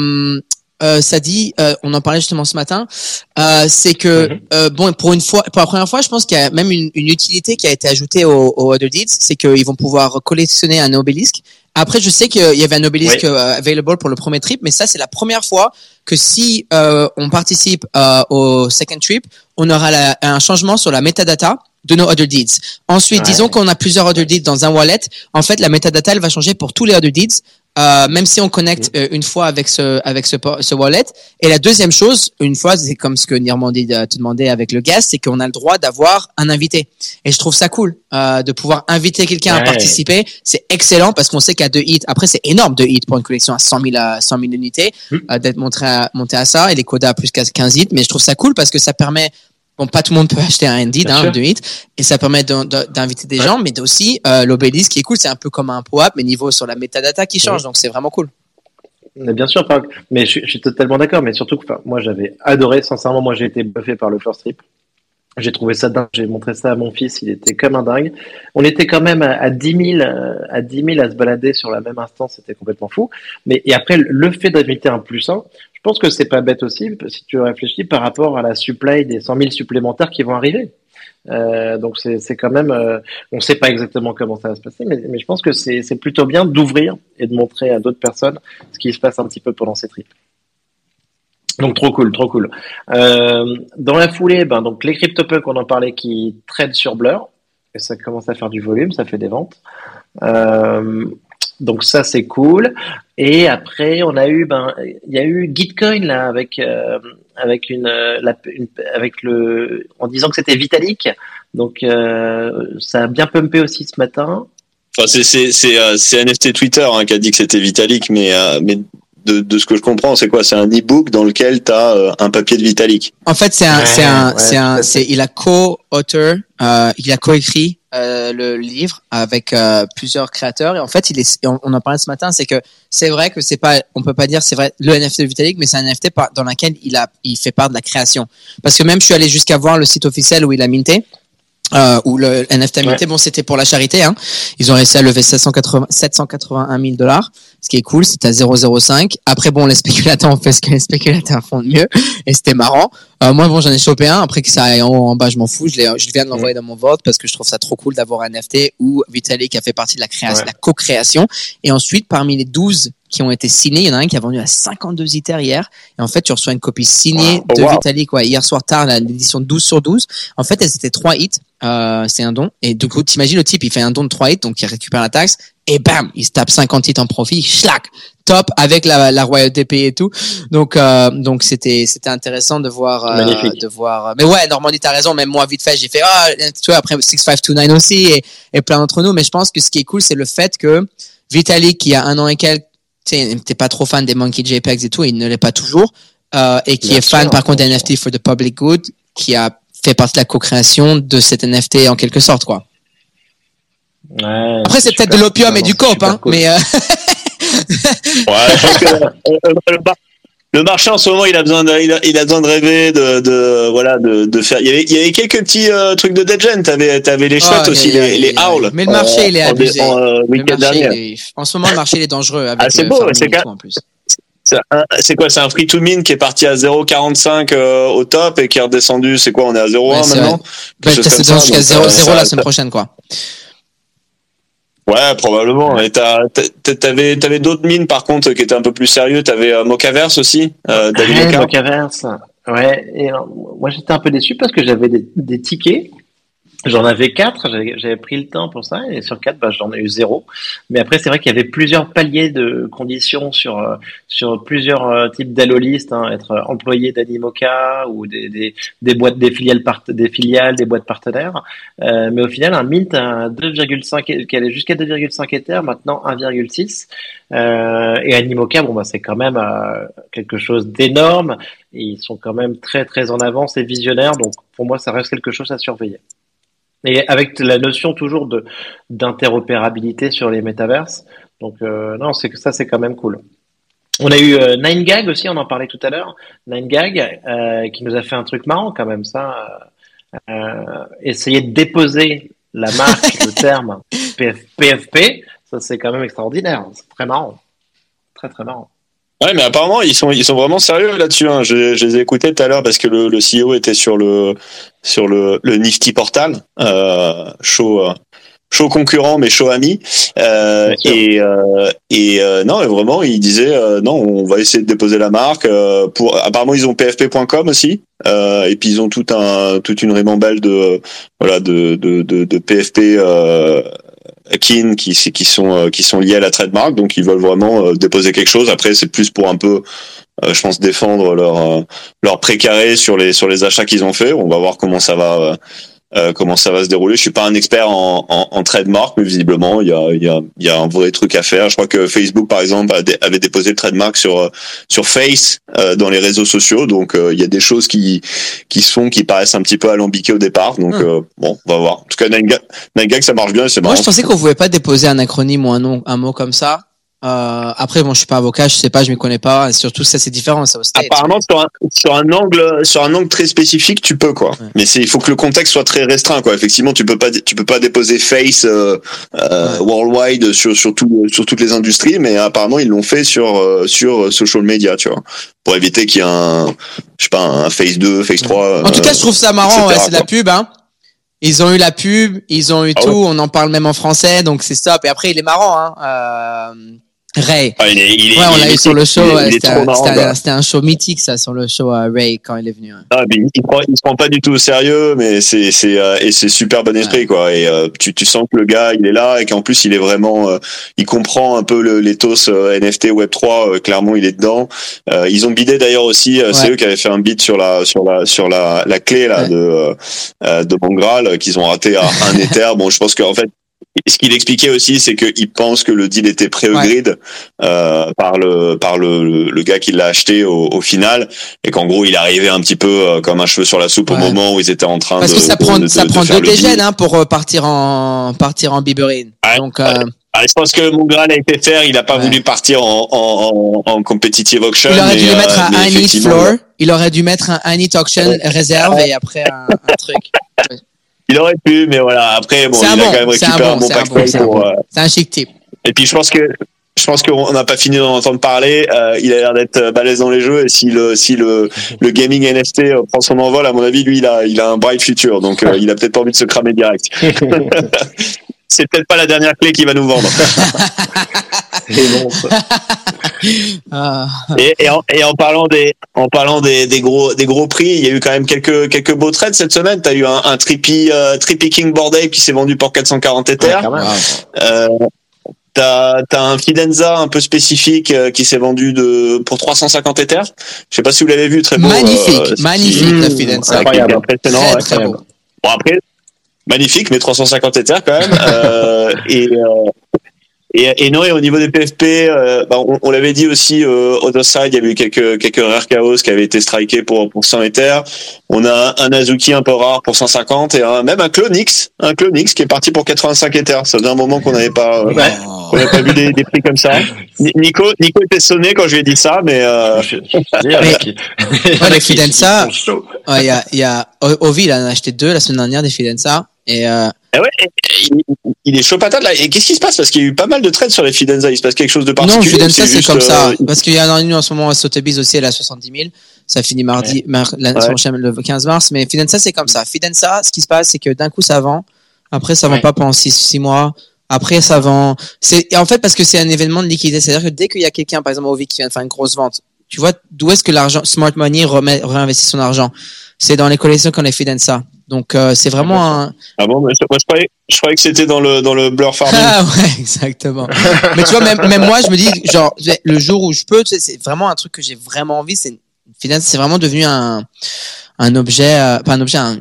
ça dit, on en parlait justement ce matin, c'est que pour la première fois, je pense qu'il y a même une utilité qui a été ajoutée au Other Deeds, c'est qu'ils vont pouvoir collectionner un obélisque. Après, je sais qu'il y avait un obélisque available pour le premier trip, mais ça, c'est la première fois que si on participe au second trip, on aura un changement sur la metadata de nos Other Deeds. Ensuite, disons qu'on a plusieurs Other Deeds dans un wallet. En fait, la metadata, elle va changer pour tous les Other Deeds. Même si on connecte une fois avec ce wallet. Et la deuxième chose, une fois, c'est comme ce que Nirmandi te demandait avec le guest, c'est qu'on a le droit d'avoir un invité. Et je trouve ça cool de pouvoir inviter quelqu'un à participer. C'est excellent parce qu'on sait qu'à 2 hits, après c'est énorme 2 hits pour une collection à 100 000 unités, d'être monté à ça, et les quotas à plus qu'à 15 hits. Mais je trouve ça cool parce que ça permet. Bon, pas tout le monde peut acheter un Indeed, 2 hits, et ça permet d'inviter des gens, mais aussi l'obélisque qui est cool, c'est un peu comme un POAP, mais niveau sur la metadata qui change, donc c'est vraiment cool. Mais bien sûr, mais je suis totalement d'accord, mais surtout que moi j'avais adoré, sincèrement, moi j'ai été bluffé par le first trip. J'ai trouvé ça dingue, j'ai montré ça à mon fils, il était comme un dingue. On était quand même à 10 000 à se balader sur la même instance, c'était complètement fou. Et après, le fait d'inviter un +1, je pense que c'est pas bête aussi, si tu réfléchis par rapport à la supply des 100 000 supplémentaires qui vont arriver. Donc c'est quand même, on sait pas exactement comment ça va se passer, mais je pense que c'est plutôt bien d'ouvrir et de montrer à d'autres personnes ce qui se passe un petit peu pendant ces trips. Donc trop cool. Dans la foulée, donc les CryptoPunks, on en parlait, qui trade sur Blur, et ça commence à faire du volume, ça fait des ventes. Donc ça c'est cool. Et après on a eu, il y a eu Gitcoin là en disant que c'était Vitalik. Donc ça a bien pumpé aussi ce matin. Enfin c'est NFT Twitter qui a dit que c'était Vitalik, mais de ce que je comprends, c'est quoi? C'est un e-book dans lequel t'as un papier de Vitalik. En fait, il a il a coécrit le livre avec plusieurs créateurs et en fait, on en parlait ce matin, c'est que c'est vrai que on peut pas dire c'est vrai le NFT de Vitalik, mais c'est un NFT dans lequel il fait part de la création. Parce que même je suis allé jusqu'à voir le site officiel où il a minté. Où le NFT minté, bon, c'était pour la charité, hein. Ils ont réussi à lever $781 000, ce qui est cool, c'était à 0,05. Après, bon, les spéculateurs ont fait ce que les spéculateurs font de mieux, et c'était marrant. Moi, bon, j'en ai chopé un, après que ça aille en haut, en bas, je m'en fous, je viens de l'envoyer dans mon vote, parce que je trouve ça trop cool d'avoir un NFT où Vitalik a fait partie de la création, la co-création. Et ensuite, parmi les 12 qui ont été signés, il y en a un qui a vendu à 52 Ethers hier. Et en fait, tu reçois une copie signée de Vitalik, hier soir tard, l'édition 12/12. En fait, elles étaient 3 hits. C'est un don. Et du coup, t'imagines le type, il fait un don de 3 hits, donc il récupère la taxe. Et bam, il se tape 50 hits en profit. Schlack! Top, avec la royauté payée et tout. Donc c'était intéressant de voir, mais ouais, Normandie, t'as raison. Même moi, vite fait, j'ai fait, tu vois, après 6529 aussi et plein d'entre nous. Mais je pense que ce qui est cool, c'est le fait que Vitalik, qui a 1 an et quelques, t'es pas trop fan des Monkey JPEGs et tout, il ne l'est pas toujours, et qui est fan par contre des NFT for the public good, qui a fait partie de la co-création de cet NFT en quelque sorte, quoi. Ouais, après, c'est peut-être de l'opium et du cope, hein, cool. Mais je pense que le marché en ce moment, il a besoin de rêver, de faire. Il y avait quelques petits trucs de deadgen. T'avais les shots aussi, les owls. Mais le marché, il est abusé. Week-end dernier. En ce moment, le marché il est dangereux. Avec c'est beau, c'est en plus. C'est quoi? C'est un free to min qui est parti à 0,45 au top et qui est redescendu. C'est quoi? On est à 0,1 maintenant. C'est jusqu'à 0,0 la semaine prochaine, quoi. Ouais, probablement. Et t'avais d'autres mines par contre qui étaient un peu plus sérieux. T'avais Mocaverse aussi. Mocaverse. Ouais. Et moi j'étais un peu déçu parce que j'avais des tickets. J'en avais 4, j'avais pris le temps pour ça, et sur 4, j'en ai eu 0. Mais après, c'est vrai qu'il y avait plusieurs paliers de conditions sur plusieurs types d'allolistes, hein, être employé d'Animoca ou des boîtes, des filiales, des boîtes partenaires. Mais au final, un mint à 2,5, qui allait jusqu'à 2,5 Ether, maintenant 1,6. Et Animoca, c'est quand même quelque chose d'énorme. Et ils sont quand même très, très en avance et visionnaires. Donc, pour moi, ça reste quelque chose à surveiller. Et avec la notion toujours d'interopérabilité sur les métaverses. Donc, non, c'est quand même cool. On a eu 9gag aussi, on en parlait tout à l'heure. 9gag, qui nous a fait un truc marrant quand même, ça. Essayer de déposer la marque, le terme PFP, ça c'est quand même extraordinaire. C'est très marrant. Très, très marrant. Ouais, mais apparemment ils sont vraiment sérieux là-dessus. Hein. Je les ai écoutés tout à l'heure parce que le CEO était sur le Nifty Portal, show concurrent mais show ami. Non, vraiment il disait non, on va essayer de déposer la marque. Apparemment ils ont PFP.com aussi. Et puis ils ont toute une ribambelle de PFP. Kin qui sont liés à la trademark, donc ils veulent vraiment déposer quelque chose. Après c'est plus pour un peu je pense défendre leur précaré sur les achats qu'ils ont fait. On va voir comment ça va se dérouler. Je suis pas un expert en trademark, mais visiblement il y a un vrai truc à faire. Je crois que Facebook par exemple avait déposé le trademark sur Face dans les réseaux sociaux, donc il y a des choses qui paraissent un petit peu alambiquées au départ, donc bon, on va voir. En tout cas 9gag ça marche bien et c'est marrant. Moi je pensais qu'on pouvait pas déposer un acronyme ou un mot comme ça. Après bon, je suis pas avocat, je sais pas, je m'y connais pas, et surtout ça c'est différent ça. Apparemment sur un angle très spécifique tu peux quoi. Ouais. Mais il faut que le contexte soit très restreint quoi. Effectivement, tu peux pas déposer Face worldwide sur toutes les industries, mais apparemment ils l'ont fait sur social media, tu vois, pour éviter qu'il y ait un Face 2, Face 3. En tout cas, je trouve ça marrant, c'est de la pub hein. Ils ont eu la pub, ils ont eu tout, on en parle même en français, donc c'est stop. Et après, il est marrant, hein. Ray. On l'a eu sur le show. C'était un show mythique, ça, sur le show Ray quand il est venu. Ah, mais il se prend pas du tout au sérieux, mais c'est super bon esprit, quoi. Et tu sens que le gars, il est là et qu'en plus, il est vraiment, il comprend un peu l'éthos NFT Web3. Clairement, il est dedans. Ils ont bidé d'ailleurs aussi. C'est eux qui avaient fait un bid sur la clé là de Mangral qu'ils ont raté à 1 Ether. Bon, je pense qu'en fait ce qu'il expliquait aussi, c'est qu'il pense que le deal était pré-agreed par le gars qui l'a acheté au final, et qu'en gros il arrivait un petit peu comme un cheveu sur la soupe au moment où ils étaient en train parce que ça prend 2 DGen pour partir en Biberine. Donc je pense que mon Graal a été faire, il a pas voulu partir en competitive auction. Il aurait dû mettre un I need floor, il aurait dû mettre un I need auction réserve et après un truc. Il aurait pu, mais voilà. Après, bon, il a quand même récupéré un bon pack pour. C'est un chic type. Et puis je pense qu'on n'a pas fini d'en entendre parler. Il a l'air d'être balèze dans les jeux. Et si le gaming NFT prend son envol, à mon avis, lui, il a un bright futur. Donc il a peut-être pas envie de se cramer direct. C'est peut-être pas la dernière clé qu'il va nous vendre. C'est bon, ça. Et en parlant des gros prix, il y a eu quand même quelques beaux trades cette semaine. T'as eu un Trippy King Bored Ape qui s'est vendu pour 440 Ethers. T'as un Fidenza un peu spécifique qui s'est vendu pour 350 Ethers. Je sais pas si vous l'avez vu, très beau. Magnifique le Fidenza. Incroyable, impressionnant. Très beau. Bon après, magnifique, mais 350 Ethers quand même. Et non, et au niveau des PFP, on l'avait dit aussi, Other Side, il y avait eu quelques Rare Chaos qui avaient été strikés pour 100 Ethers. On a un Azuki un peu rare pour 150 et même un Clonix qui est parti pour 85 Ethers. Ça faisait un moment qu'on n'avait pas vu des prix comme ça. Nico était sonné quand je lui ai dit ça, mais les Fidenza, il y a Ovi, il en a acheté 2 la semaine dernière des Fidenza et il est chaud patate là. Et qu'est-ce qui se passe? Parce qu'il y a eu pas mal de trades sur les Fidenza. Il se passe quelque chose de particulier? Non, Fidenza c'est comme ça. Parce qu'il y en a une en ce moment à Sotheby's aussi, elle a 70 000. Ça finit mardi, le 15 mars. Mais Fidenza c'est comme ça. Fidenza, ce qui se passe, c'est que d'un coup ça vend. Après ça vend pas pendant 6 mois. Après ça vend. Et en fait parce que c'est un événement de liquidité. C'est-à-dire que dès qu'il y a quelqu'un, par exemple Ovi, qui vient de faire une grosse vente, tu vois d'où est-ce que l'argent, Smart Money réinvestit son argent? C'est dans les collections qu'on a Fidenza. Donc c'est vraiment un. Ah bon, mais moi je croyais que c'était dans le Blur Farming. Ah ouais, exactement. Mais tu vois, même moi je me dis genre le jour où je peux, tu sais, c'est vraiment un truc que j'ai vraiment envie. C'est vraiment devenu un objet, pas un objet,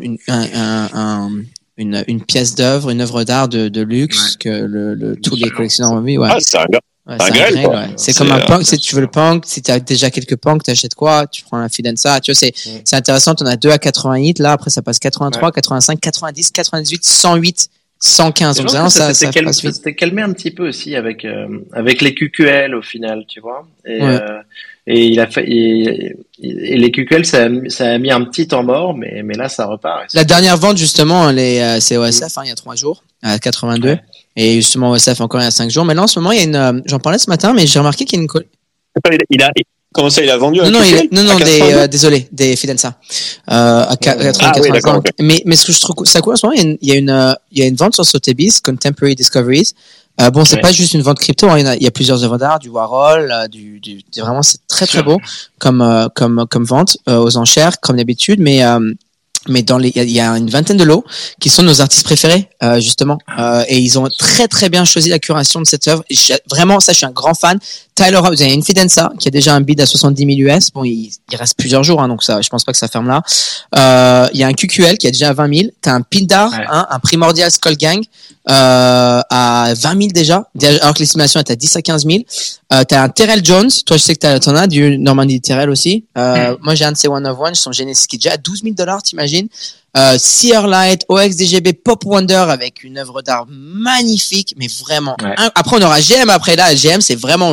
une pièce d'œuvre, une œuvre d'art de luxe que tous les collectionneurs ont envie. Ouais. Ah, c'est un grail, quoi. C'est comme un punk. Si tu veux le punk, si tu as déjà quelques punks, t'achètes quoi? Tu prends un Fidenza. Tu vois, c'est intéressant. On a 2 à 88. Là, après, ça passe 83, 85, 90, 98, 108, 115. Donc, vraiment, ça passe vite. C'était calmé un petit peu aussi avec les QQL au final, tu vois. Et les QQL, ça a mis un petit temps mort, mais là, ça repart. La dernière vente, justement, c'est OSF, il y a 3 jours, à 82. Ouais. Et justement, OSF encore il y a 5 jours. Mais là, en ce moment, il y a une, j'en parlais ce matin, mais j'ai remarqué qu'il y a une comment ça, il a vendu désolé, des Fidenza. À 85. Okay. Mais ce que je trouve ça cool en ce moment, il y a une vente sur Sotheby's, Contemporary Discoveries. C'est pas juste une vente crypto, hein, il y a plusieurs œuvres d'art, du Warhol, vraiment c'est très très beau comme vente aux enchères comme d'habitude, mais il y a une vingtaine de lots qui sont nos artistes préférés justement et ils ont très très bien choisi la curation de cette œuvre. Vraiment ça, je suis un grand fan. Tyler Hobbs, il y a une Fidenza qui a déjà un bid à 70 000 US. Bon, il reste plusieurs jours, hein, donc ça, je pense pas que ça ferme là. Il y a un QQL qui a déjà 20 000. T'as un Pindar, un Primordial Skull Gang à 20 000 déjà, alors que l'estimation est à 10 à 15 000. T'as un Terrell Jones. Toi, je sais que t'en as du Normandy Terrell aussi. Moi, j'ai un de ces One of One, son Genesis qui est déjà à 12 000 $, t'imagines? Searlight, OXDGB, Pop Wonder avec une œuvre d'art magnifique, mais vraiment. Après, on aura GM après là. GM, c'est vraiment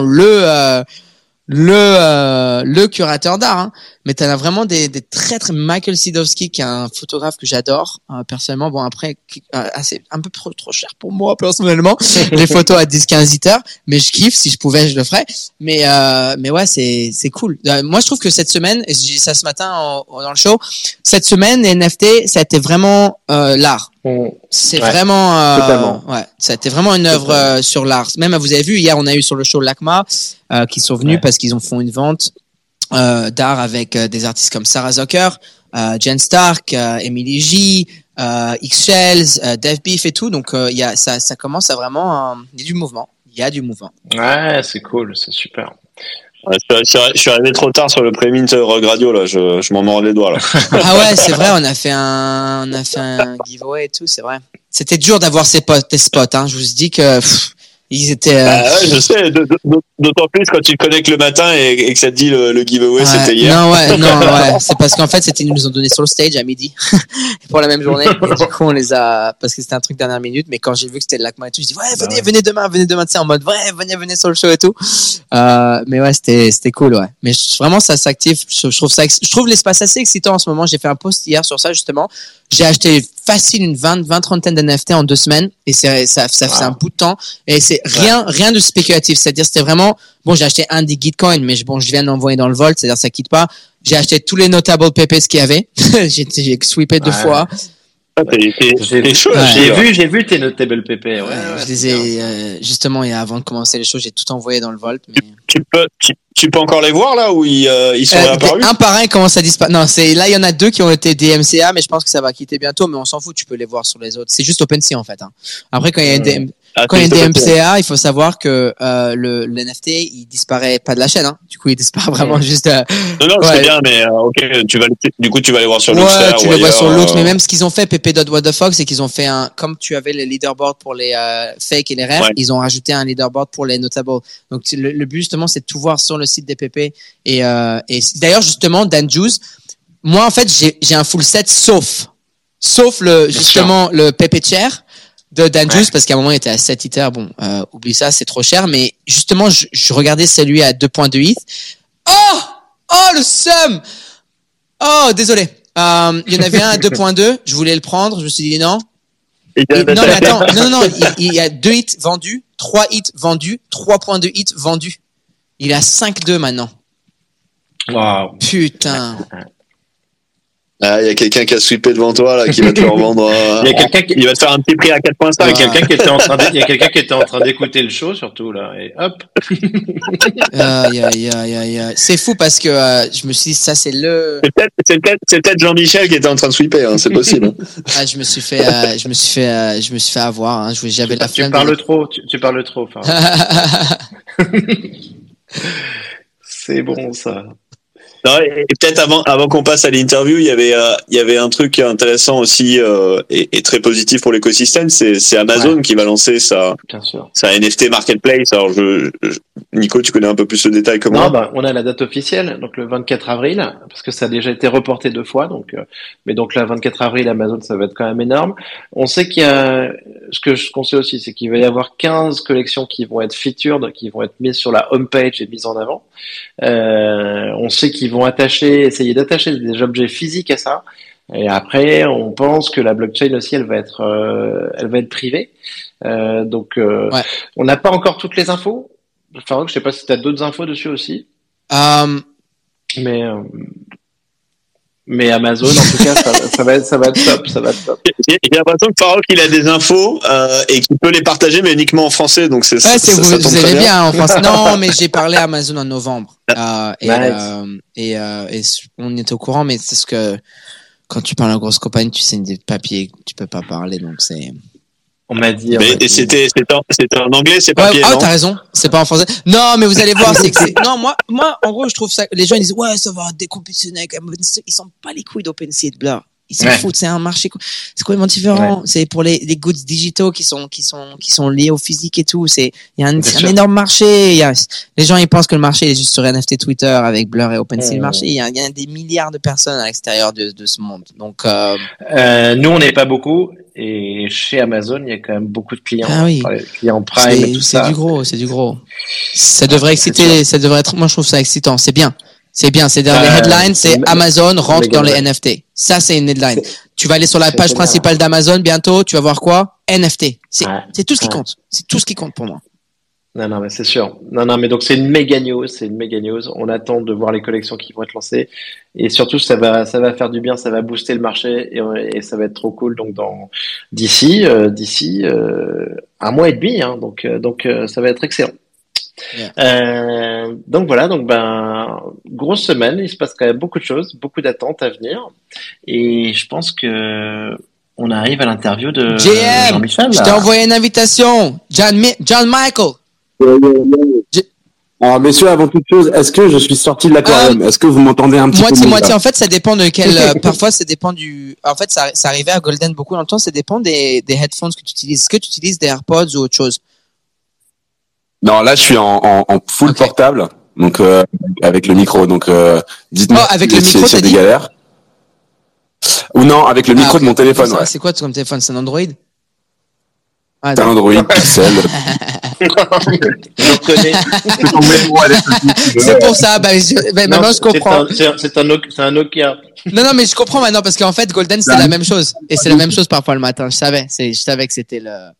le curateur d'art, hein. Mais t'en as vraiment des très très Michael Sidowski qui est un photographe que j'adore personnellement. Bon après c'est un peu trop cher pour moi personnellement les photos à 10-15 litres, mais je kiffe, si je pouvais je le ferais. Mais ouais, c'est cool. Moi je trouve que cette semaine, et j'ai dit ça ce matin dans le show, cette semaine les NFT ça a été vraiment l'art. C'est vraiment ça a été vraiment une œuvre sur l'art. Même vous avez vu hier on a eu sur le show LACMA qui sont venus parce qu'ils font une vente d'art avec des artistes comme Sarah Zucker, Jen Stark, Emily J, X-Shells, Dave Beef et tout. Donc ça commence à vraiment il y a du mouvement. Ouais, c'est cool, c'est super. Je suis arrivé trop tard sur le pré-mint Rogue Radio, là. Je m'en mords les doigts, là. Ah ouais, c'est vrai, on a fait un giveaway et tout, c'est vrai. C'était dur d'avoir tes spots, hein. Je vous dis que, ils étaient, ouais, je sais, d'autant plus quand tu te connectes le matin et que ça te dit le giveaway, ouais, c'était hier. Non, ouais, c'est parce qu'en fait, ils nous ont donné sur le stage à midi pour la même journée. Et du coup, on les a, parce que c'était un truc dernière minute, mais quand j'ai vu que c'était le Lacma et tout, je dis, ouais, venez demain, tu sais, en mode, ouais, venez sur le show et tout. Mais ouais, c'était cool, ouais. Mais vraiment, ça s'active. Je trouve l'espace assez excitant en ce moment. J'ai fait un post hier sur ça, justement. J'ai acheté facile une 20-30 d'NFT en 2 semaines et ça fait un bout de temps et c'est rien de spéculatif, c'est-à-dire c'était vraiment bon, j'ai acheté un des Gitcoin mais je viens d'envoyer dans le Vault, c'est-à-dire ça quitte pas. J'ai acheté tous les notable PPs qu'il y avait. j'ai sweepé 2 fois. J'ai vu tes notable PP. Ouais, je les ai justement avant de commencer les shows, j'ai tout envoyé dans le Vault. Mais... Tu peux encore les voir là où ils sont réapparus. Un par un, ils commencent à disparaître. Non, là il y en a 2 qui ont été DMCA, mais je pense que ça va quitter bientôt. Mais on s'en fout, tu peux les voir sur les autres. C'est juste OpenSea en fait. Hein. Après quand il y a une DMCA, il faut savoir que le NFT il disparaît pas de la chaîne. Hein. Du coup, il disparaît vraiment juste. Non, c'est bien, mais ok, tu vas les voir sur l'autre. Ouais, tu les vois sur l'autre. Mais même ce qu'ils ont fait, pp.whatthefuck, c'est qu'ils ont fait comme tu avais les leaderboards pour les fake et les rares, ils ont rajouté un leaderboard pour les notables. Donc le but justement, c'est de tout voir sur le site des PP. Et d'ailleurs justement, Dan Juice, moi en fait j'ai un full set sauf le PP chair de Dan Juice parce qu'à un moment il était à 7 Ether. Bon, oublie ça, c'est trop cher. Mais justement, je regardais celui à 2.2 ETH. Oh le seum. Oh désolé. Il y en avait un à 2.2. Je voulais le prendre. Je me suis dit non. Non mais attends. Non. Il y a 2 hits vendus, 3 hits vendus, 3.2 hits vendus. Il est à 5.2 maintenant. Waouh. Putain. Ah, il y a quelqu'un qui a sweepé devant toi là, qui va te le revendre. Il y a quelqu'un qui va te faire un petit prix à 4.5. Il y a quelqu'un qui était en train d'écouter le show surtout là et hop. C'est fou parce que je me suis dit ça c'est le. C'est peut-être Jean-Michel qui était en train de sweeper, hein, c'est possible. Ah, je me suis fait avoir. Hein. J'avais la flemme. Tu parles trop. C'est bon ça. Non, et peut-être avant qu'on passe à l'interview, il y avait un truc intéressant aussi et très positif pour l'écosystème, c'est Amazon qui va lancer sa NFT marketplace. Alors Nico, tu connais un peu plus le détail que moi. Non, on a la date officielle, donc le 24 avril, parce que ça a déjà été reporté 2 fois, mais donc le 24 avril, Amazon, ça va être quand même énorme. On sait qu'il y a, ce qu'on sait aussi, c'est qu'il va y avoir 15 collections qui vont être featured, qui vont être mises sur la homepage et mises en avant. On sait qu'ils vont essayer d'attacher des objets physiques à ça. Et après, on pense que la blockchain aussi, elle va être privée. On n'a pas encore toutes les infos. Farouk, je sais pas si tu as d'autres infos dessus aussi. Mais Amazon, en tout cas, ça va être top. J'ai l'impression que Farouk, il a des infos et qu'il peut les partager, mais uniquement en français. Donc vous allez bien en français. Non, mais j'ai parlé à Amazon en novembre. Et on était au courant, mais c'est ce que quand tu parles à une grosse compagnie, tu signes des papiers, tu peux pas parler, donc c'est. On m'a dit. Mais c'était en anglais, c'est papier. Ah, t'as raison, c'est pas en français. Non, mais vous allez voir, non, moi, en gros, je trouve ça. Les gens ils disent ouais, ça va décompétitionner. Ils sont pas les couilles d'OpenSea et de Blur. Ils s'en foutent, c'est un marché, c'est complètement différent. Ouais. C'est pour les goods digitaux qui sont liés au physique et tout. Il y a un énorme marché. Les gens, ils pensent que le marché est juste sur NFT Twitter avec Blur et OpenSea. Le marché, il y a des milliards de personnes à l'extérieur de ce monde. Donc, nous, on n'est pas beaucoup. Et chez Amazon, il y a quand même beaucoup de clients. Ah oui. Les clients Prime et tout ça. C'est du gros. Ça devrait exciter, moi, je trouve ça excitant. C'est bien. C'est dans les headlines, c'est Amazon rentre dans les NFT. Ça, c'est une headline. Tu vas aller sur la page principale d'Amazon bientôt, tu vas voir quoi? NFT. C'est tout ce qui compte. C'est tout ce qui compte pour moi. Non, mais c'est sûr. Non, mais donc c'est une méga news. On attend de voir les collections qui vont être lancées. Et surtout, ça va faire du bien, ça va booster le marché et ça va être trop cool. Donc d'ici un mois et demi, hein. Donc ça va être excellent. Yeah. Donc voilà, grosse semaine, il se passe quand même beaucoup de choses, beaucoup d'attentes à venir, et je pense que on arrive à l'interview de Jean-Michel. Je t'ai envoyé une invitation, John Michael. Alors, messieurs, avant toute chose, est-ce que je suis sorti de l'aquarium? Est-ce que vous m'entendez un petit peu? Moitié. En fait, ça dépend de quel. Parfois, ça dépend du. En fait, ça arrivait à Golden beaucoup dans le temps. Ça dépend des headphones que tu utilises. Est-ce que tu utilises des AirPods ou autre chose? Non, là, je suis en full portable, donc avec le micro. Donc, dites-moi avec le micro, s'il y a des galères. Ou non, avec le micro de mon téléphone. Ouais. C'est quoi ton téléphone? C'est un Android? C'est un Android Pixel. Je connais. C'est pour ça. Maintenant, je comprends. C'est un Nokia. Non, mais je comprends maintenant parce qu'en fait, Golden, c'est la même chose. Et c'est la même chose parfois le matin. Je savais que c'était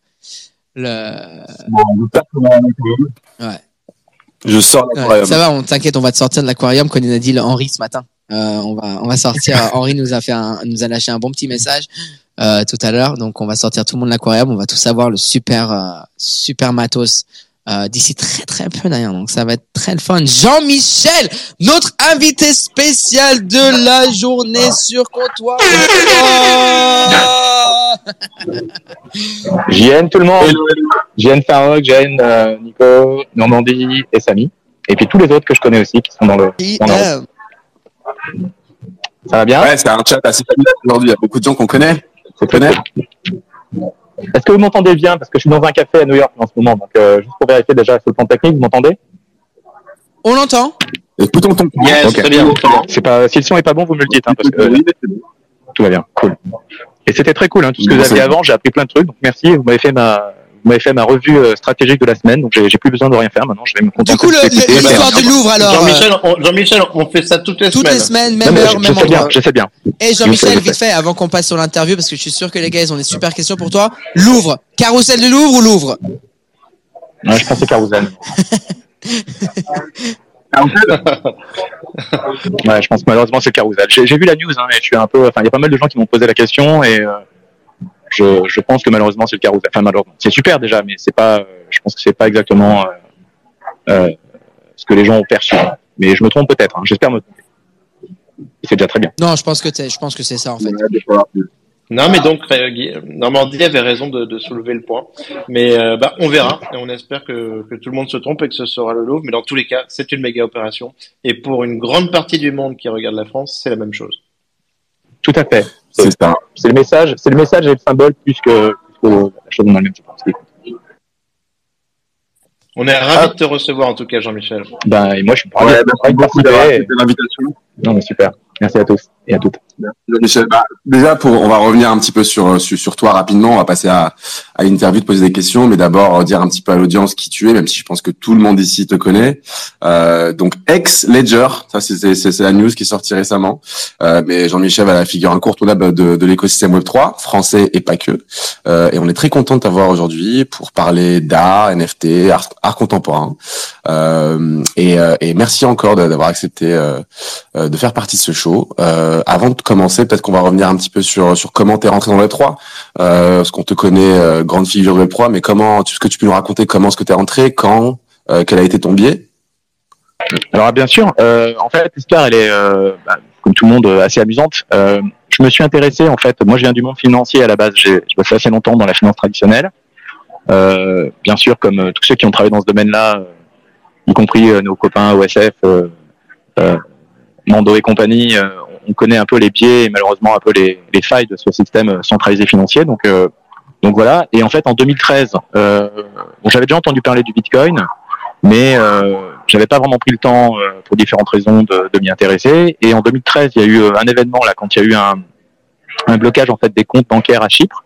Ouais. Je sors de l'aquarium. Ça va, t'inquiète, on va te sortir de l'aquarium comme il a dit le Henri ce matin. On va sortir. Henri nous a lâché un bon petit message tout à l'heure, donc on va sortir tout le monde de l'aquarium. On va tous avoir le super matos d'ici très très peu d'ailleurs. Donc ça va être très fun. Jean-Michel, notre invité spécial de la journée sur Comptoir. JN tout le monde. JN Farok, JN Nico, Normandie et Samy. Et puis tous les autres que je connais aussi qui sont dans le. Ça va bien? Ouais, c'est un chat assez familial aujourd'hui. Il y a beaucoup de gens qu'on connaît. Est-ce que vous m'entendez bien? Parce que je suis dans un café à New York en ce moment. Donc, juste pour vérifier déjà sur le plan technique, vous m'entendez? On l'entend. Écoutons ton plan. Yes, okay. Très bien. C'est pas, si le son est pas bon, vous me le dites, hein, parce que tout va bien. Cool. Et c'était très cool, hein, tout ce que vous aviez avant. J'ai appris plein de trucs. Donc, merci. Vous m'avez fait ma revue stratégique de la semaine. Donc, j'ai plus besoin de rien faire. Maintenant, je vais me contenter. Du coup, l'histoire du Louvre, alors. Jean-Michel, on fait ça toutes les semaines. Même heure, même endroit. Je sais bien. Et Jean-Michel, vite fait, avant qu'on passe sur l'interview, parce que je suis sûr que les gars, ils ont des super questions pour toi. Louvre. Carrousel de Louvre ou Louvre? Ouais, je pense que c'est Carousel. Ouais, je pense que malheureusement c'est Carousel. J'ai vu la news, hein, et je suis un peu. Enfin, il y a pas mal de gens qui m'ont posé la question, et je pense que malheureusement c'est le Carousel. Enfin, malheureusement, c'est super déjà, mais c'est pas. Je pense que c'est pas exactement ce que les gens ont perçu. Mais je me trompe peut-être. Hein, j'espère me tromper. C'est déjà très bien. Non, je pense que c'est ça en fait. Non, mais donc Normandie avait raison de soulever le point. Mais on verra et on espère que tout le monde se trompe et que ce sera le Louvre. Mais dans tous les cas, c'est une méga opération. Et pour une grande partie du monde qui regarde la France, c'est la même chose. Tout à fait. C'est le message et le symbole plus que la chose en elle-même, je pense. On est ravis de te recevoir en tout cas, Jean-Michel. Et moi je suis ravi de participer. L'invitation. Non, mais super. Merci à tous et à toutes. Michel, déjà on va revenir un petit peu sur toi rapidement. On va passer à l'interview, te poser des questions, mais d'abord dire un petit peu à l'audience qui tu es, même si je pense que tout le monde ici te connaît. Donc ex-Ledger, ça c'est la news qui est sortie récemment. Mais Jean-Michel a la figure incontournable de l'écosystème Web3 français et pas que. Et on est très content de t'avoir aujourd'hui pour parler d'art, NFT, art contemporain. Et merci encore d'avoir accepté de faire partie de ce show. Avant de commencer, peut-être qu'on va revenir un petit peu sur comment t'es rentré dans le Web3, parce qu'on te connaît grande figure de Web3, mais est-ce que tu peux nous raconter comment est-ce que t'es rentré, quand, quel a été ton biais? Alors bien sûr, en fait l'histoire elle est comme tout le monde assez amusante. Je me suis intéressé en fait, moi je viens du monde financier à la base, je bossais assez longtemps dans la finance traditionnelle. Bien sûr comme tous ceux qui ont travaillé dans ce domaine-là, y compris nos copains OSF, Mando et compagnie, on connaît un peu les biais et malheureusement un peu les failles de ce système centralisé financier. Donc voilà. Et en fait, en 2013, j'avais déjà entendu parler du Bitcoin, mais j'avais pas vraiment pris le temps pour différentes raisons de m'y intéresser. Et en 2013, il y a eu un événement là quand il y a eu un blocage en fait des comptes bancaires à Chypre.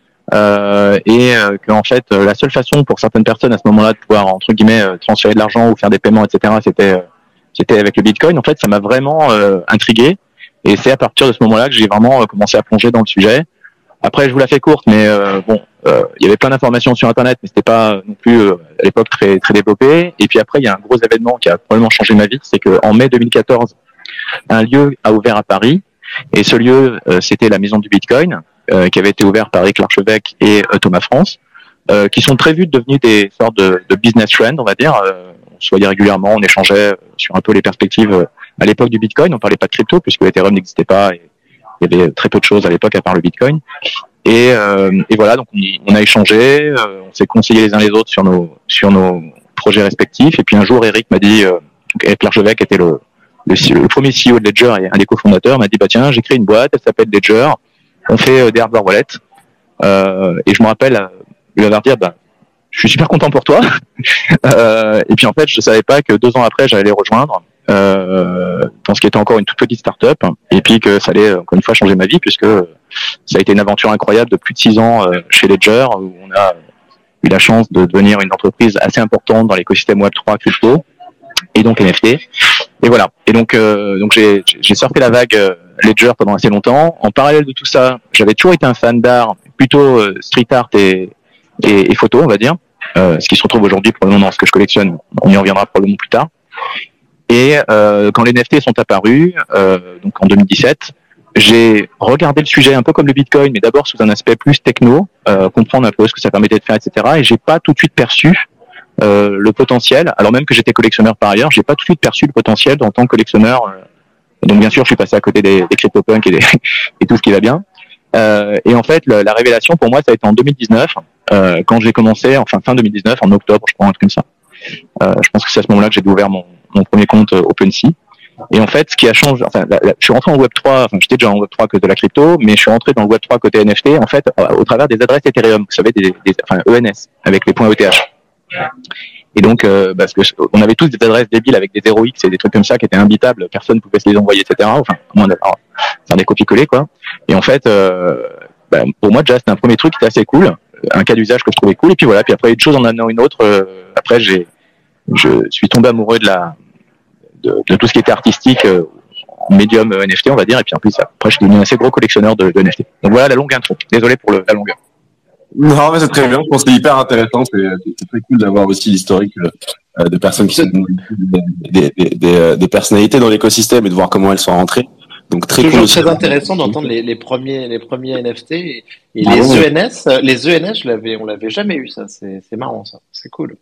Que en fait la seule façon pour certaines personnes à ce moment-là de pouvoir entre guillemets transférer de l'argent ou faire des paiements, etc. C'était avec le Bitcoin. En fait, ça m'a vraiment intrigué. Et c'est à partir de ce moment-là que j'ai vraiment commencé à plonger dans le sujet. Après, je vous la fais courte, mais il y avait plein d'informations sur Internet, mais c'était pas non plus à l'époque très très développé. Et puis après, il y a un gros événement qui a probablement changé ma vie, c'est que en mai 2014, un lieu a ouvert à Paris, et ce lieu, c'était la Maison du Bitcoin, qui avait été ouvert par Eric Larchevêque et Thomas France, qui sont très vus devenus des sortes de business trends, on va dire. On se voyait régulièrement, on échangeait sur un peu les perspectives à l'époque du Bitcoin. On parlait pas de crypto puisque Ethereum n'existait pas et il y avait très peu de choses à l'époque à part le Bitcoin. Et voilà, donc on a échangé, on s'est conseillé les uns les autres sur nos projets respectifs. Et puis un jour, Eric m'a dit, Eric Larchevêque était le premier CEO de Ledger et un des cofondateurs, m'a dit bah tiens, j'ai créé une boîte, elle s'appelle Ledger, on fait des hardware wallets. Et je me rappelle lui avoir dit bah je suis super content pour toi. Et puis en fait, je savais pas que 2 ans après, j'allais les rejoindre dans ce qui était encore une toute petite start-up, et puis que ça allait encore une fois changer ma vie, puisque ça a été une aventure incroyable de plus de 6 ans chez Ledger, où on a eu la chance de devenir une entreprise assez importante dans l'écosystème Web3 crypto et donc NFT. Et voilà. Et donc j'ai surfé la vague Ledger pendant assez longtemps. En parallèle de tout ça, j'avais toujours été un fan d'art, plutôt street art et photo, on va dire, ce qui se retrouve aujourd'hui probablement dans ce que je collectionne. On y reviendra probablement plus tard. Et quand les NFT sont apparus, donc en 2017, j'ai regardé le sujet un peu comme le Bitcoin, mais d'abord sous un aspect plus techno, comprendre un peu ce que ça permettait de faire, etc. Et j'ai pas tout de suite perçu le potentiel, alors même que j'étais collectionneur par ailleurs, j'ai pas tout de suite perçu le potentiel en tant que collectionneur. Donc bien sûr, je suis passé à côté des CryptoPunk et tout ce qui va bien. Et en fait, la révélation pour moi, ça a été en 2019, quand j'ai commencé, enfin fin 2019, en octobre, je crois, un truc comme ça. Je pense que c'est à ce moment-là que j'ai ouvert mon premier compte OpenSea. Et en fait, ce qui a changé, je suis rentré en Web3, j'étais déjà en Web3 que de la crypto, mais je suis rentré dans le Web3 côté NFT, en fait, au travers des adresses Ethereum, vous savez, ENS, avec les points ETH. Et donc, parce que on avait tous des adresses débiles avec des 0x et des trucs comme ça qui étaient imbitables, personne ne pouvait se les envoyer, etc. Enfin, on a faire des copier-coller, quoi. Et en fait, pour moi, déjà, c'était un premier truc qui était assez cool, un cas d'usage que je trouvais cool. Et puis voilà, puis après, une chose en amenant une autre, après, je suis tombé amoureux de tout ce qui était artistique, en médium NFT, on va dire. Et puis en plus, après, je suis devenu un assez gros collectionneur de NFT. Donc voilà la longue intro. Désolé pour la longueur. Non, mais c'est très bien. Je pense que c'est hyper intéressant. C'est très cool d'avoir aussi l'historique de personnes qui sont des personnalités dans l'écosystème et de voir comment elles sont rentrées. Donc très toujours cool. Très intéressant d'entendre les premiers NFT et les ENS. Les ENS, on l'avait jamais eu, ça. C'est marrant, ça. C'est cool.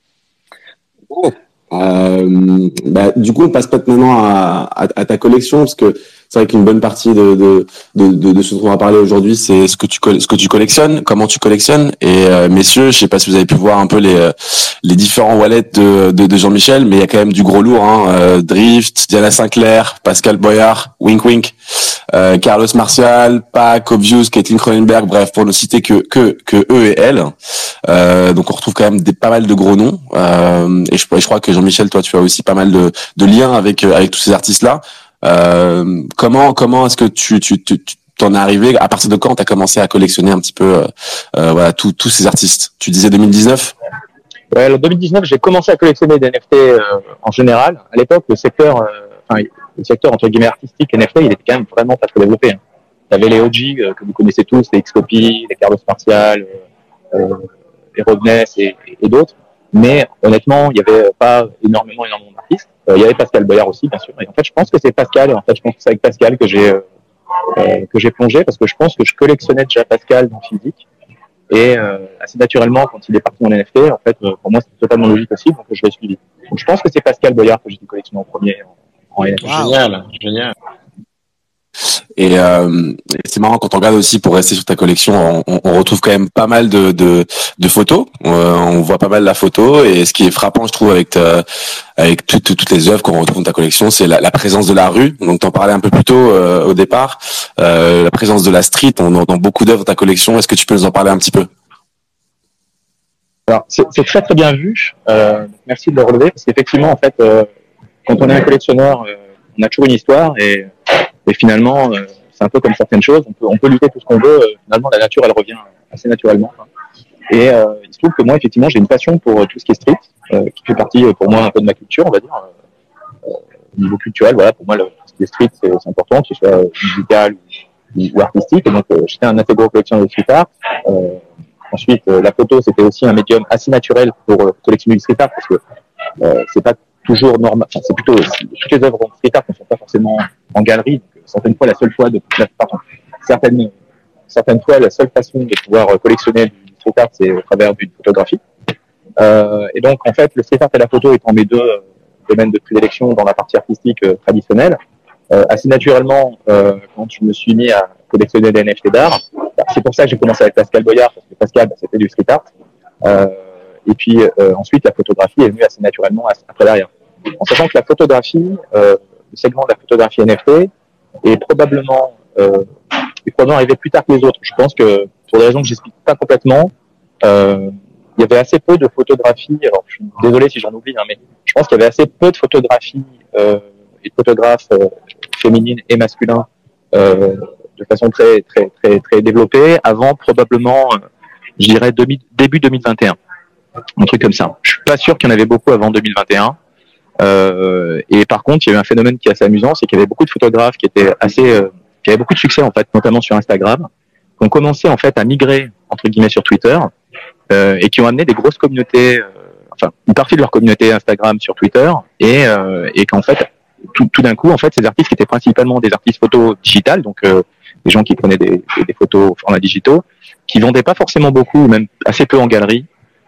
Oh. Du coup, on passe maintenant à ta collection, parce que c'est vrai qu'une bonne partie de ce dont on va parler aujourd'hui, c'est ce que tu collectionnes, comment tu collectionnes. Et messieurs, je sais pas si vous avez pu voir un peu les différents wallets de Jean-Michel, mais il y a quand même du gros lourd, hein. Drift, Diana Sinclair, Pascal Boyard, Wink Wink, Carlos Martial, Pac, Obvious, Caitlin Cronenberg, bref, pour ne citer que eux et elles. Donc on retrouve quand même pas mal de gros noms. Et je crois que Jean-Michel, toi, tu as aussi pas mal de liens avec tous ces artistes-là. Comment est-ce que tu t'en es arrivé? À partir de quand tu as commencé à collectionner un petit peu tous ces artistes? Tu disais 2019? Ouais, en 2019, j'ai commencé à collectionner des NFT en général. À l'époque, le secteur entre guillemets artistique NFT, il était quand même vraiment pas trop développé. Hein. Tu avais les OG que vous connaissez tous, les Xcopy, les Carlos Martial, les Robness et d'autres. Mais honnêtement, il y avait pas énormément d'artistes. Il y avait Pascal Boyard aussi, bien sûr. Et en fait, je pense que c'est Pascal. Et en fait, je pense que c'est avec Pascal que j'ai plongé, parce que je pense que je collectionnais déjà Pascal dans physique. Et assez naturellement, quand il est parti en NFT, en fait, pour moi, c'était totalement logique aussi, donc je l'ai suivi. Donc je pense que c'est Pascal Boyard que j'ai collectionné en premier en NFT. Wow. Génial. Et c'est marrant quand on regarde aussi, pour rester sur ta collection, on retrouve quand même pas mal de photos. On voit pas mal la photo, et ce qui est frappant, je trouve, avec toutes les œuvres qu'on retrouve dans ta collection, c'est la présence de la rue. Donc t'en parlais un peu plus tôt au départ, la présence de la street. On entend beaucoup d'œuvres dans ta collection. Est-ce que tu peux nous en parler un petit peu? Alors c'est très très bien vu. Merci de le relever, parce qu'effectivement, en fait, quand on est un collectionneur, on a toujours une histoire, et finalement, c'est un peu comme certaines choses. On peut lutter tout ce qu'on veut. Finalement, la nature, elle revient assez naturellement. Et il se trouve que moi, effectivement, j'ai une passion pour tout ce qui est street, qui fait partie pour moi un peu de ma culture, on va dire. Au niveau culturel, voilà, pour moi, ce qui est street, c'est important, que ce soit musical ou artistique. Et donc, j'étais un assez gros collectionneur de street art. Ensuite, la photo, c'était aussi un médium assez naturel pour collectionner du street art, parce que c'est pas toujours normal. Enfin, c'est plutôt toutes les œuvres en street art ne sont pas forcément en galerie. Donc, certaines fois, certaines fois, la seule façon de pouvoir collectionner du street art, c'est au travers d'une photographie. Et donc, en fait, le street art et la photo étant mes deux domaines de prédilection dans la partie artistique traditionnelle, assez naturellement, quand je me suis mis à collectionner des NFT d'art, c'est pour ça que j'ai commencé avec Pascal Boyard, parce que Pascal, c'était du street art. et puis ensuite la photographie est venue assez naturellement après derrière. En sachant que la photographie, le segment de la photographie NFT est probablement arrivé plus tard que les autres. Je pense que pour des raisons que j'explique pas complètement, il y avait assez peu de photographies. Alors, je suis désolé si j'en oublie, mais je pense qu'il y avait assez peu de photographies et de photographes féminines et masculins de façon très très très très développée avant probablement, je dirais début 2021, un truc comme ça. Je suis pas sûr qu'il y en avait beaucoup avant 2021. Et par contre, il y a eu un phénomène qui est assez amusant, c'est qu'il y avait beaucoup de photographes qui étaient qui avaient beaucoup de succès en fait, notamment sur Instagram, qui ont commencé en fait à migrer entre guillemets sur Twitter. Et qui ont amené des grosses communautés, une partie de leur communauté Instagram sur Twitter, et qu'en fait, tout d'un coup, en fait, ces artistes qui étaient principalement des artistes photos digitales, donc des gens qui prenaient des photos au format digitaux, qui vendaient pas forcément beaucoup, ou même assez peu en galerie,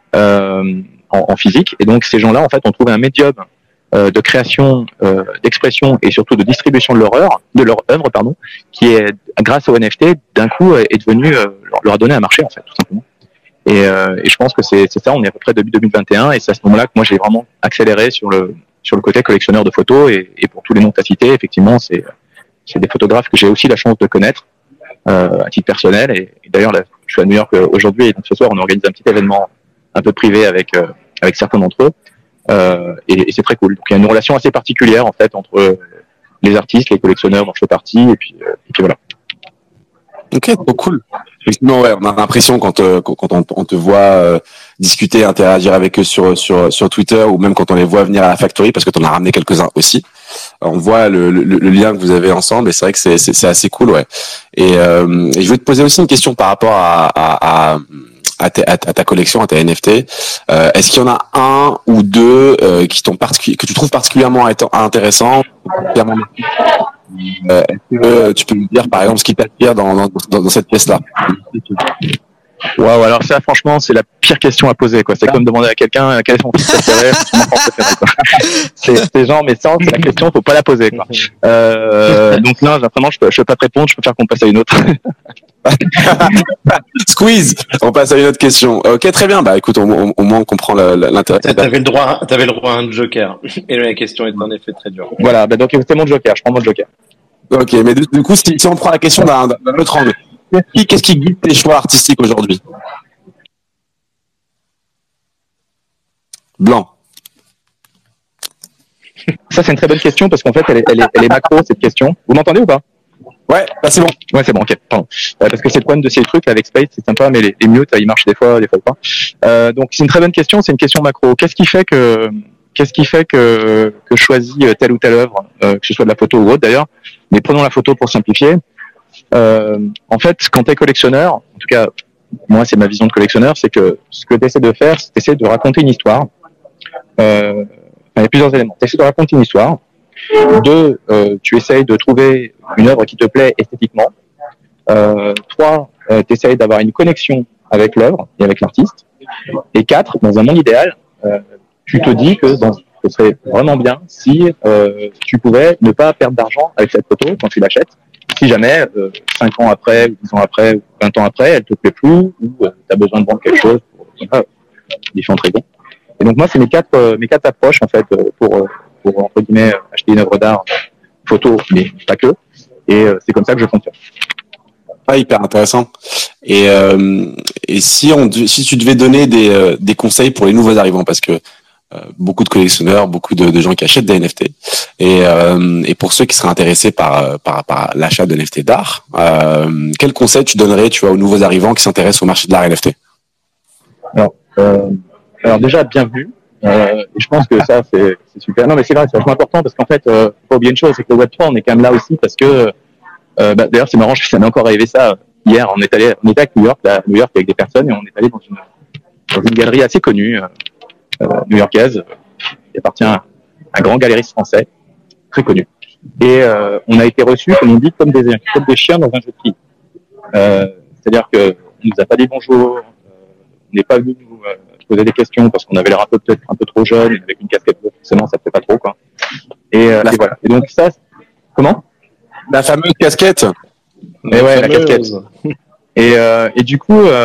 en physique, et donc ces gens-là, en fait, ont trouvé un médium de création, d'expression et surtout de distribution de leur œuvre, qui est grâce au NFT, d'un coup, est devenu leur a donné un marché en fait, tout simplement. Et je pense que c'est ça, on est à peu près début 2021, et c'est à ce moment-là que moi j'ai vraiment accéléré sur le côté collectionneur de photos, et pour tous les noms que tu as cités, effectivement, c'est des photographes que j'ai aussi la chance de connaître à titre personnel, et d'ailleurs là, je suis à New York aujourd'hui, et donc ce soir on organise un petit événement un peu privé avec certains d'entre eux, et c'est très cool. Donc il y a une relation assez particulière en fait entre les artistes, les collectionneurs dont je fais partie, et puis voilà. Ok, trop cool. Effectivement, ouais, on a l'impression quand on te voit discuter, interagir avec eux sur Twitter, ou même quand on les voit venir à la Factory, parce que tu en as ramené quelques-uns aussi. On voit le lien que vous avez ensemble, et c'est vrai que c'est assez cool, ouais. Et je vais te poser aussi une question par rapport à ta collection, à ta NFT. Est-ce qu'il y en a un ou deux que tu trouves particulièrement intéressant, est-ce que tu peux me dire par exemple ce qui t'attire dans cette pièce-là? Waouh, alors ça franchement c'est la pire question à poser quoi. C'est comme demander à quelqu'un quel est son film préféré, son enfant préféré quoi. C'est genre mais ça c'est la question, faut pas la poser quoi. Donc non, vraiment je peux pas te répondre, je préfère qu'on passe à une autre. Squeeze, on passe à une autre question. Ok, très bien. Bah écoute, au moins on comprend l'intérêt. T'avais le droit à un joker. Et la question est en effet très dure. Voilà, bah donc c'est mon joker, je prends mon joker. Ok, mais du coup si on prend la question d'un autre angle, qu'est-ce qui guide tes choix artistiques aujourd'hui? Blanc. Ça c'est une très bonne question parce qu'en fait elle est macro cette question. Vous m'entendez ou pas? Ouais, bah c'est bon. Ouais, c'est bon, ok. Pardon. Parce que c'est le problème de ces trucs avec Space, c'est sympa, mais les mutes, ils marchent des fois pas. Donc c'est une très bonne question, c'est une question macro. Qu'est-ce qui fait que je choisis telle ou telle œuvre, que ce soit de la photo ou autre d'ailleurs, mais prenons la photo pour simplifier. En fait, quand t'es collectionneur, en tout cas, moi c'est ma vision de collectionneur, c'est que ce que t'essaies de faire, c'est d'essayer de raconter une histoire. Il y a plusieurs éléments. T'essaies de raconter une histoire. Deux, tu essayes de trouver une œuvre qui te plaît esthétiquement. Trois, tu essayes d'avoir une connexion avec l'œuvre et avec l'artiste. Et quatre, dans un monde idéal, tu te dis que ce serait vraiment bien si tu pouvais ne pas perdre d'argent avec cette photo quand tu l'achètes. Si jamais, 5 ans après, ou 10 ans après, ou 20 ans après, elle te plaît plus, ou tu as besoin de vendre quelque chose pour différentes raisons. Et donc moi, c'est mes quatre approches en fait pour entre guillemets acheter une œuvre d'art, photo, mais pas que. Et c'est comme ça que je fonctionne. Ah, hyper intéressant. Et si tu devais donner des conseils pour les nouveaux arrivants, parce que beaucoup de collectionneurs, beaucoup de gens qui achètent des NFT, et pour ceux qui seraient intéressés par l'achat de NFT d'art, quel conseil tu donnerais, aux nouveaux arrivants qui s'intéressent au marché de l'art NFT? Alors déjà, bienvenue. Et je pense que ça, c'est super. Non, mais c'est vrai, c'est vachement important parce qu'en fait, faut pas oublier une chose, c'est que le Web3, on est quand même là aussi parce que, d'ailleurs, c'est marrant, ça m'est encore arrivé ça hier. On était à New York avec des personnes, et on est allé dans une galerie assez connue, new-yorkaise, qui appartient à un grand galériste français, très connu. Et on a été reçus, comme on dit, comme des chiens dans un jeu de filles. C'est-à-dire que on nous a pas dit bonjour, on n'est pas venu nous poser des questions parce qu'on avait l'air peut-être un peu trop jeune, avec une casquette, forcément ça fait pas trop quoi. Et voilà. Et donc ça, comment? La fameuse casquette. Mais ouais, la casquette. Et du coup,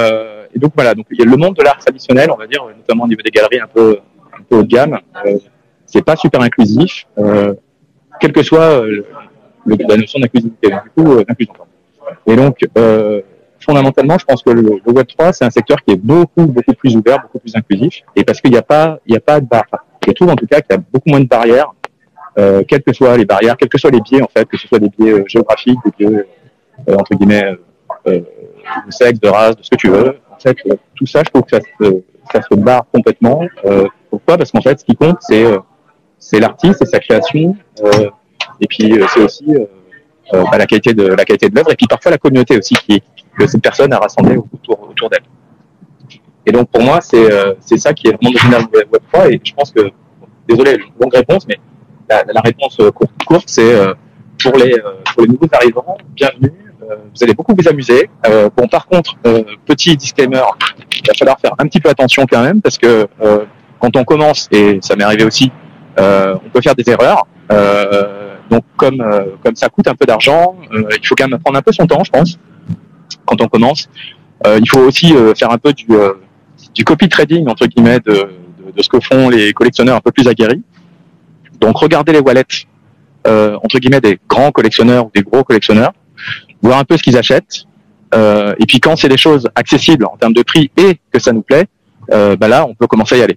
et donc voilà, donc il y a le monde de l'art traditionnel, on va dire, notamment au niveau des galeries un peu haut de gamme, c'est pas super inclusif, quelle que soit la notion d'inclusivité, du coup, d'inclusion. Et donc, fondamentalement, je pense que le Web3, c'est un secteur qui est beaucoup plus ouvert, beaucoup plus inclusif, et parce qu'il n'y a pas de barrières. Je trouve en tout cas qu'il y a beaucoup moins de barrières, quelles que soient les barrières, quels que soient les biais en fait, que ce soit des biais géographiques, des biais entre guillemets de sexe, de race, de ce que tu veux. En fait, tout ça, je trouve que ça se barre complètement. Pourquoi ? Parce qu'en fait, ce qui compte, c'est l'artiste, c'est sa création, et puis c'est aussi la qualité de l'œuvre, et puis parfois la communauté aussi que cette personne a rassemblé autour d'elle. Et donc pour moi, c'est ça qui est le monde original de Web3, et je pense que, désolé, une longue réponse, mais la réponse courte, c'est pour les nouveaux arrivants, bienvenue. Vous allez beaucoup vous amuser. Bon, par contre, petit disclaimer, il va falloir faire un petit peu attention quand même, parce que quand on commence, et ça m'est arrivé aussi, on peut faire des erreurs. Donc comme ça coûte un peu d'argent, il faut quand même prendre un peu son temps, je pense, quand on commence. Il faut aussi faire un peu du copy trading entre guillemets de ce que font les collectionneurs un peu plus aguerris. Donc regarder les wallets entre guillemets des grands collectionneurs ou des gros collectionneurs, voir un peu ce qu'ils achètent, et puis quand c'est des choses accessibles en termes de prix et que ça nous plaît, là on peut commencer à y aller.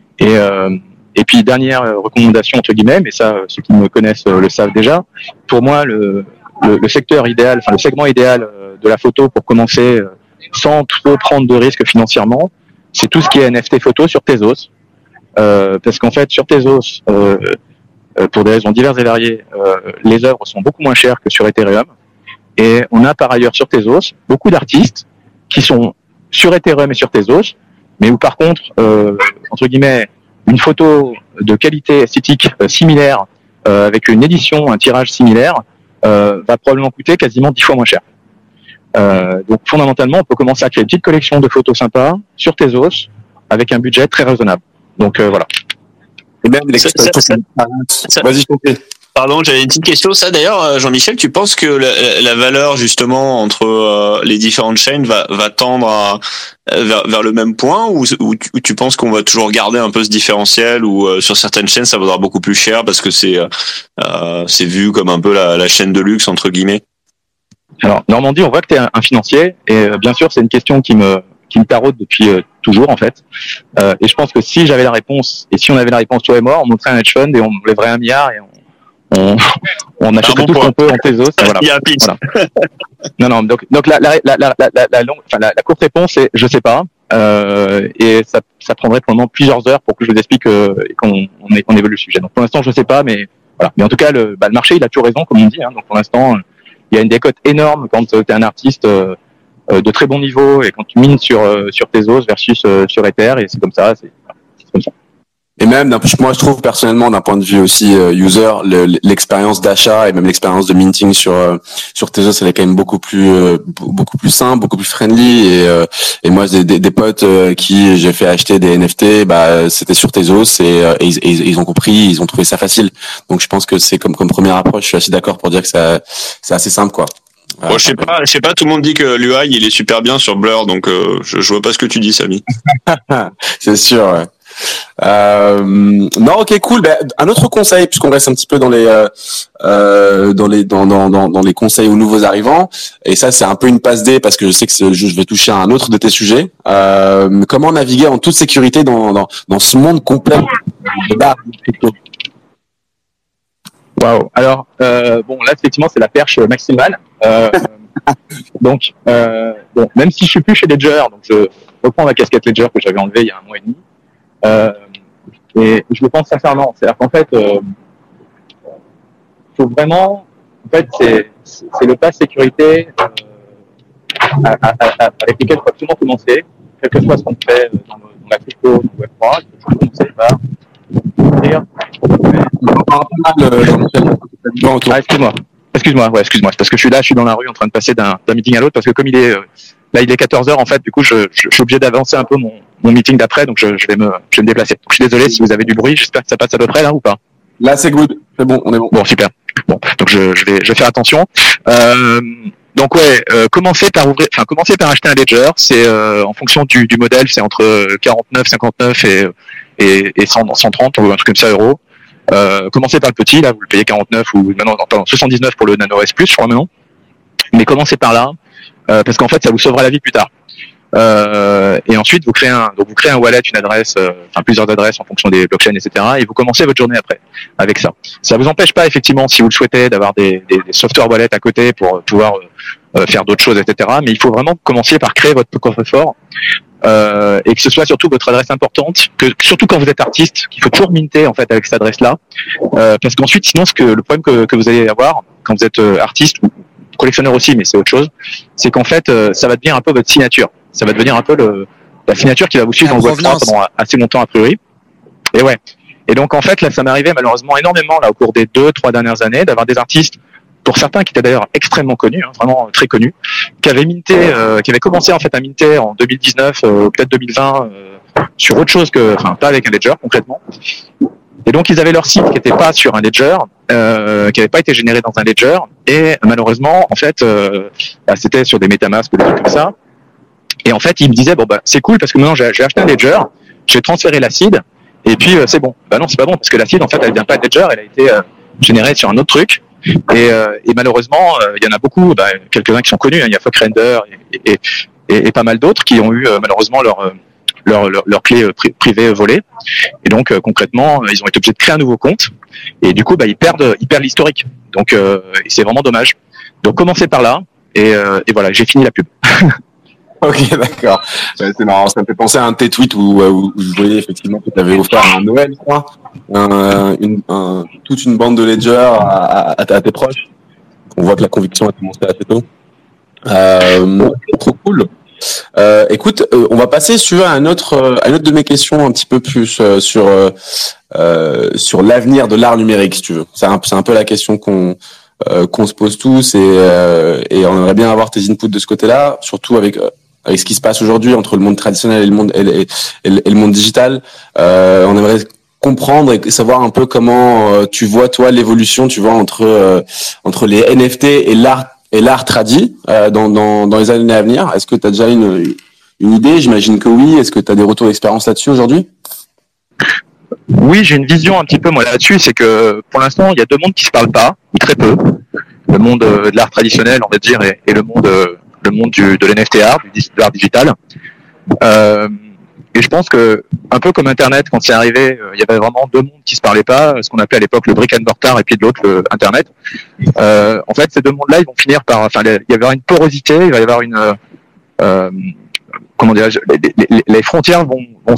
Et puis dernière recommandation entre guillemets, mais ça ceux qui me connaissent le savent déjà. Pour moi le secteur idéal, enfin le segment idéal de la photo pour commencer sans trop prendre de risques financièrement, c'est tout ce qui est NFT photo sur Tezos, parce qu'en fait sur Tezos, pour des raisons diverses et variées, les œuvres sont beaucoup moins chères que sur Ethereum. Et on a par ailleurs sur Tezos beaucoup d'artistes qui sont sur Ethereum et sur Tezos, mais où par contre, entre guillemets, une photo de qualité esthétique similaire, avec une édition, un tirage similaire, va probablement coûter quasiment 10 fois moins cher. Donc fondamentalement, on peut commencer à créer une petite collection de photos sympas sur Tezos avec un budget très raisonnable. Donc voilà. Et même l'exploitation. Vas-y, je comprends. Pardon, j'avais une petite question. Ça, d'ailleurs, Jean-Michel, tu penses que la valeur, justement, entre les différentes chaînes va tendre vers le même point, ou tu penses qu'on va toujours garder un peu ce différentiel, ou sur certaines chaînes, ça vaudra beaucoup plus cher parce que c'est vu comme un peu la chaîne de luxe, entre guillemets? Alors, Normandie, on voit que tu es un financier, et bien sûr, c'est une question qui me taraude depuis toujours, en fait. Et je pense que si j'avais la réponse, et si on avait la réponse, toi et moi, on monterait un hedge fund et on lèverait 1 milliard et on achèterait tout ce qu'on peut en Tezos. Voilà. Il y a un pitch. Voilà. Non, donc la courte réponse, c'est je sais pas. Et ça prendrait probablement plusieurs heures pour que je vous explique et qu'on évalue le sujet. Donc pour l'instant, je sais pas, mais voilà. Mais en tout cas, le marché, il a toujours raison, comme on dit. Hein. Donc pour l'instant, il y a une décote énorme quand tu es un artiste de très bon niveau et quand tu mines sur Tezos versus sur Ether, et c'est comme ça. C'est comme ça. Et même, moi, je trouve personnellement, d'un point de vue aussi user, l'expérience d'achat et même l'expérience de minting sur Tezos, elle est quand même beaucoup plus simple, beaucoup plus friendly. Et moi, des potes qui j'ai fait acheter des NFT, c'était sur Tezos et ils ont compris, ils ont trouvé ça facile. Donc, je pense que c'est comme première approche. Je suis assez d'accord pour dire que c'est assez simple, quoi. Bon, je sais pas, tout le monde dit que l'UI, il est super bien sur Blur, donc je vois pas ce que tu dis, Samy. C'est sûr, ouais. Non, ok, cool. Un autre conseil, puisqu'on reste un petit peu dans les conseils aux nouveaux arrivants, et ça c'est un peu une passe D parce que je sais que je vais toucher à un autre de tes sujets. Comment naviguer en toute sécurité dans ce monde complet de l'art crypto? Waouh. Alors bon, là effectivement c'est la perche maximale. Donc même si je suis plus chez Ledger, donc je reprends ma casquette Ledger que j'avais enlevée il y a 1 mois et demi. Et je le pense sincèrement, c'est-à-dire qu'en fait, faut vraiment, en fait, c'est le pas sécurité avec lequel il faut absolument commencer, quel que soit ce qu'on fait dans la crypto, dans le Web3, il faut commencer par dire. Excuse-moi, c'est parce que je suis dans la rue en train de passer d'un meeting à l'autre, parce que comme il est 14h en fait, du coup je suis obligé d'avancer un peu mon meeting d'après, donc je vais me déplacer. Donc, je suis désolé si vous avez du bruit, j'espère que ça passe à peu près là ou pas. Là c'est good, c'est bon, on est bon. Bon, super. Bon, donc je vais faire attention. Donc ouais, commencez par acheter un ledger. C'est en fonction du modèle, c'est entre 49, 59 et 130 ou un truc comme ça euros. Commencez par le petit, là vous le payez 49 ou maintenant 79 pour le Nano S Plus, je crois maintenant. Mais commencez par là parce qu'en fait ça vous sauvera la vie plus tard. Et ensuite vous créez un wallet, une adresse, plusieurs adresses en fonction des blockchains, etc. Et vous commencez votre journée après avec ça. Ça vous empêche pas effectivement, si vous le souhaitez, d'avoir des software wallets à côté pour pouvoir faire d'autres choses, etc. Mais il faut vraiment commencer par créer votre coffre-fort et que ce soit surtout votre adresse importante, surtout quand vous êtes artiste, qu'il faut toujours minter en fait avec cette adresse-là, parce qu'ensuite sinon le problème que vous allez avoir quand vous êtes artiste ou collectionneur aussi, mais c'est autre chose, c'est qu'en fait ça va devenir un peu votre signature. Ça va devenir un peu la signature qui va vous suivre dans le Web3 pendant assez longtemps a priori. Et ouais. Et donc en fait là, ça m'est arrivé malheureusement énormément là au cours des 2-3 dernières années d'avoir des artistes, pour certains qui étaient d'ailleurs extrêmement connus, vraiment très connus, qui avaient commencé en fait à minter en 2019, peut-être 2020, sur autre chose pas avec un ledger concrètement. Et donc ils avaient leur site qui n'était pas sur un ledger, qui n'avait pas été généré dans un ledger, et malheureusement en fait, c'était sur des MetaMask ou des trucs comme ça. Et en fait, il me disait c'est cool parce que maintenant j'ai acheté un ledger, j'ai transféré la seed et puis c'est bon. Non, c'est pas bon parce que la seed en fait elle vient pas de ledger, elle a été générée sur un autre truc. Et malheureusement, il y en a beaucoup, quelques-uns qui sont connus. Il y a Focrender et pas mal d'autres qui ont eu malheureusement leur clé privée volée. Et donc concrètement, ils ont été obligés de créer un nouveau compte. Et du coup, ils perdent l'historique. Donc c'est vraiment dommage. Donc commencez par là. Et voilà, j'ai fini la pub. Ok, d'accord. C'est marrant. Ça me fait penser à un de tes tweets où je voyais effectivement que tu avais offert un Noël, je crois, toute une bande de ledger à tes proches. On voit que la conviction a commencé assez tôt. Trop cool. Écoute, on va passer à une autre de mes questions un petit peu plus sur l'avenir de l'art numérique, si tu veux. C'est un peu la question qu'on se pose tous et on aimerait bien avoir tes inputs de ce côté-là, surtout avec ce qui se passe aujourd'hui entre le monde traditionnel et le monde digital. On aimerait comprendre et savoir un peu comment tu vois toi l'évolution, entre les NFT et l'art tradi dans les années à venir. Est-ce que tu as déjà une idée? J'imagine que oui. Est-ce que tu as des retours d'expérience là-dessus aujourd'hui? Oui, j'ai une vision un petit peu moi là-dessus, c'est que pour l'instant il y a deux mondes qui se parlent pas, ou très peu. Le monde de l'art traditionnel, on va dire, et le monde de l'NFT art, de l'art digital. Et je pense que, un peu comme Internet, quand c'est arrivé, il y avait vraiment deux mondes qui se parlaient pas, ce qu'on appelait à l'époque le brick and mortar et puis de l'autre le Internet. En fait, ces deux mondes-là, ils vont finir par, il va y avoir une porosité, il va y avoir une, comment dirais-je, les frontières vont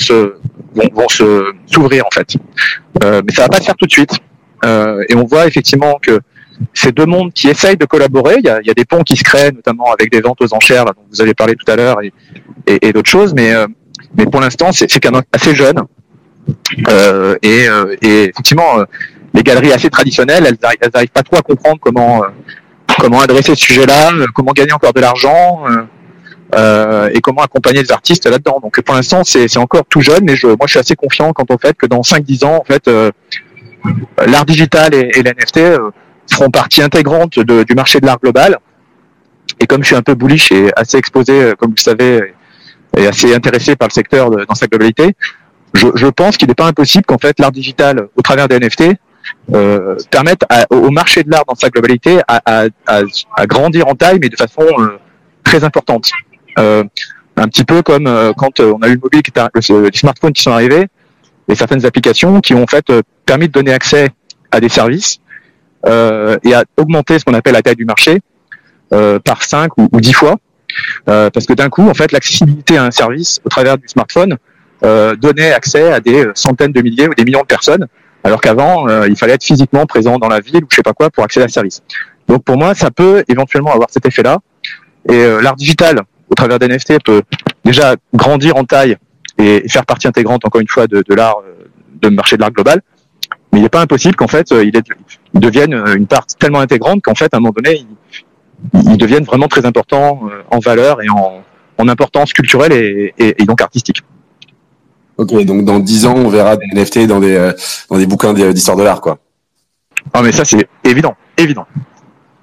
s'ouvrir en fait. Mais ça va pas se faire tout de suite. Et on voit effectivement que ces deux mondes qui essayent de collaborer, il y a des ponts qui se créent, notamment avec des ventes aux enchères, là, dont vous avez parlé tout à l'heure, et d'autres choses, mais pour l'instant, c'est quand même assez jeune. Et effectivement, les galeries assez traditionnelles, elles arrivent pas trop à comprendre comment adresser ce sujet-là, comment gagner encore de l'argent, et comment accompagner les artistes là-dedans. Donc pour l'instant, c'est encore tout jeune, mais moi je suis assez confiant quant au fait que dans 5-10 ans, en fait, l'art digital et l'NFT feront partie intégrante du marché de l'art global. Et comme je suis un peu bullish et assez exposé, comme vous le savez, et assez intéressé par le secteur dans sa globalité, je pense qu'il n'est pas impossible qu'en fait l'art digital, au travers des NFT, permette au marché de l'art dans sa globalité à grandir en taille, mais de façon très importante. Un petit peu comme quand on a eu le mobile, les smartphones qui sont arrivés, et certaines applications qui ont en fait permis de donner accès à des services et à augmenter ce qu'on appelle la taille du marché par 5 ou 10 fois, parce que d'un coup, en fait, l'accessibilité à un service au travers du smartphone donnait accès à des centaines de milliers ou des millions de personnes, alors qu'avant, il fallait être physiquement présent dans la ville ou je sais pas quoi pour accéder à un service. Donc pour moi, ça peut éventuellement avoir cet effet-là. Et l'art digital, au travers des NFT, peut déjà grandir en taille et faire partie intégrante, encore une fois, de l'art, de marché de l'art global. Mais il n'est pas impossible qu'en fait, il devienne une part tellement intégrante qu'en fait, à un moment donné, il devienne vraiment très important en valeur et en importance culturelle et donc artistique. Ok, donc dans 10 ans, on verra des NFT dans des bouquins d'histoire de l'art, quoi. Ah, mais ça, c'est évident.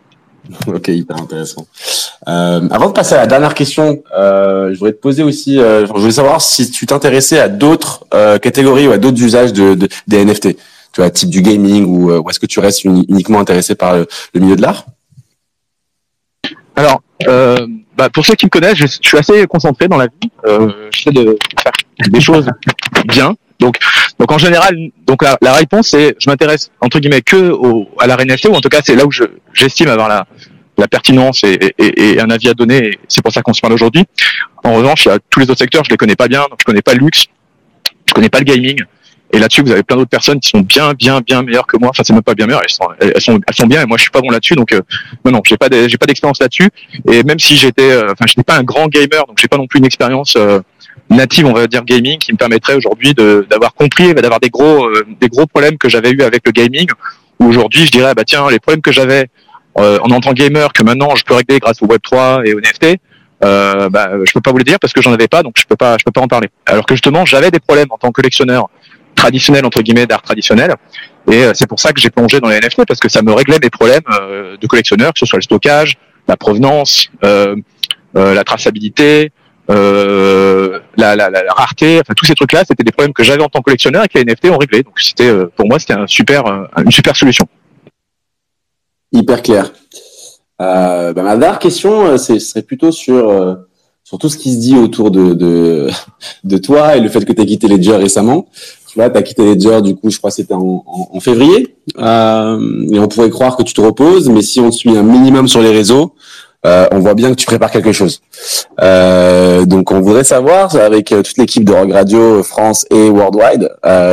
Ok, hyper intéressant. Avant de passer à la dernière question, je voudrais te poser aussi, je voulais savoir si tu t'intéressais à d'autres catégories ou à d'autres usages des NFT. Tu vois, type du gaming ou est-ce que tu restes uniquement intéressé par le milieu de l'art? Alors, pour ceux qui me connaissent, je suis assez concentré dans la vie. J'essaie de faire des choses bien. Donc en général, la réponse c'est, je m'intéresse entre guillemets à l'art NFT, ou en tout cas c'est là où j'estime avoir la pertinence et un avis à donner. Et c'est pour ça qu'on se parle aujourd'hui. En revanche, il y a tous les autres secteurs, je les connais pas bien. Donc je connais pas le luxe, je connais pas le gaming. Et là-dessus, vous avez plein d'autres personnes qui sont bien meilleures que moi. Enfin, c'est même pas bien meilleures. Elles sont bien. Et moi, je suis pas bon là-dessus. Donc, non, j'ai pas d'expérience là-dessus. Et même si je n'étais pas un grand gamer, donc j'ai pas non plus une expérience native, on va dire gaming, qui me permettrait aujourd'hui d'avoir compris, d'avoir des gros problèmes que j'avais eu avec le gaming. Où aujourd'hui, je dirais, tiens, les problèmes que j'avais en tant que gamer, que maintenant je peux régler grâce au Web3 et au NFT. Je peux pas vous le dire parce que j'en avais pas, donc je peux pas en parler. Alors que justement, j'avais des problèmes en tant que collectionneur traditionnel, entre guillemets, d'art traditionnel, et c'est pour ça que j'ai plongé dans les NFT, parce que ça me réglait mes problèmes de collectionneur, que ce soit le stockage, la provenance, la traçabilité, la rareté, enfin tous ces trucs-là, c'était des problèmes que j'avais en tant que collectionneur et que les NFT ont réglé. Donc pour moi, c'était une super solution. Hyper clair. Ma dernière question, ce serait plutôt sur tout ce qui se dit autour de toi et le fait que tu as quitté Ledger récemment. Tu vois, tu as quitté Ledger, du coup, je crois que c'était en février. Et on pourrait croire que tu te reposes, mais si on te suit un minimum sur les réseaux, on voit bien que tu prépares quelque chose. Donc, on voudrait savoir, avec toute l'équipe de Rogue Radio France et Worldwide,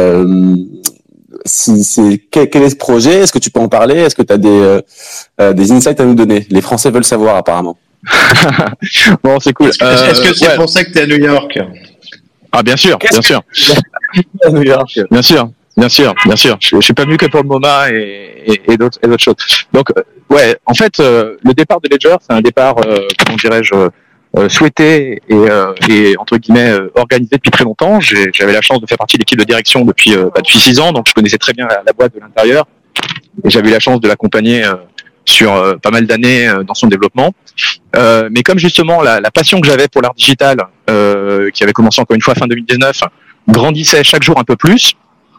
quel est ce projet? Est-ce que tu peux en parler? Est-ce que tu as des insights à nous donner? Les Français veulent savoir, apparemment. Bon, c'est cool. Est-ce que c'est pour ça que tu es à New York? Ah, bien sûr. À New York. Bien sûr. Je suis pas venu que pour le MoMA et d'autres choses. Donc, en fait, le départ de Ledger, c'est un départ, comment dirais-je, souhaité et entre guillemets organisé depuis très longtemps. J'avais la chance de faire partie de l'équipe de direction depuis 6 ans, donc je connaissais très bien la boîte de l'intérieur et j'avais eu la chance de l'accompagner sur pas mal d'années dans son développement. Mais comme justement la passion que j'avais pour l'art digital, qui avait commencé encore une fois fin 2019, grandissait chaque jour un peu plus.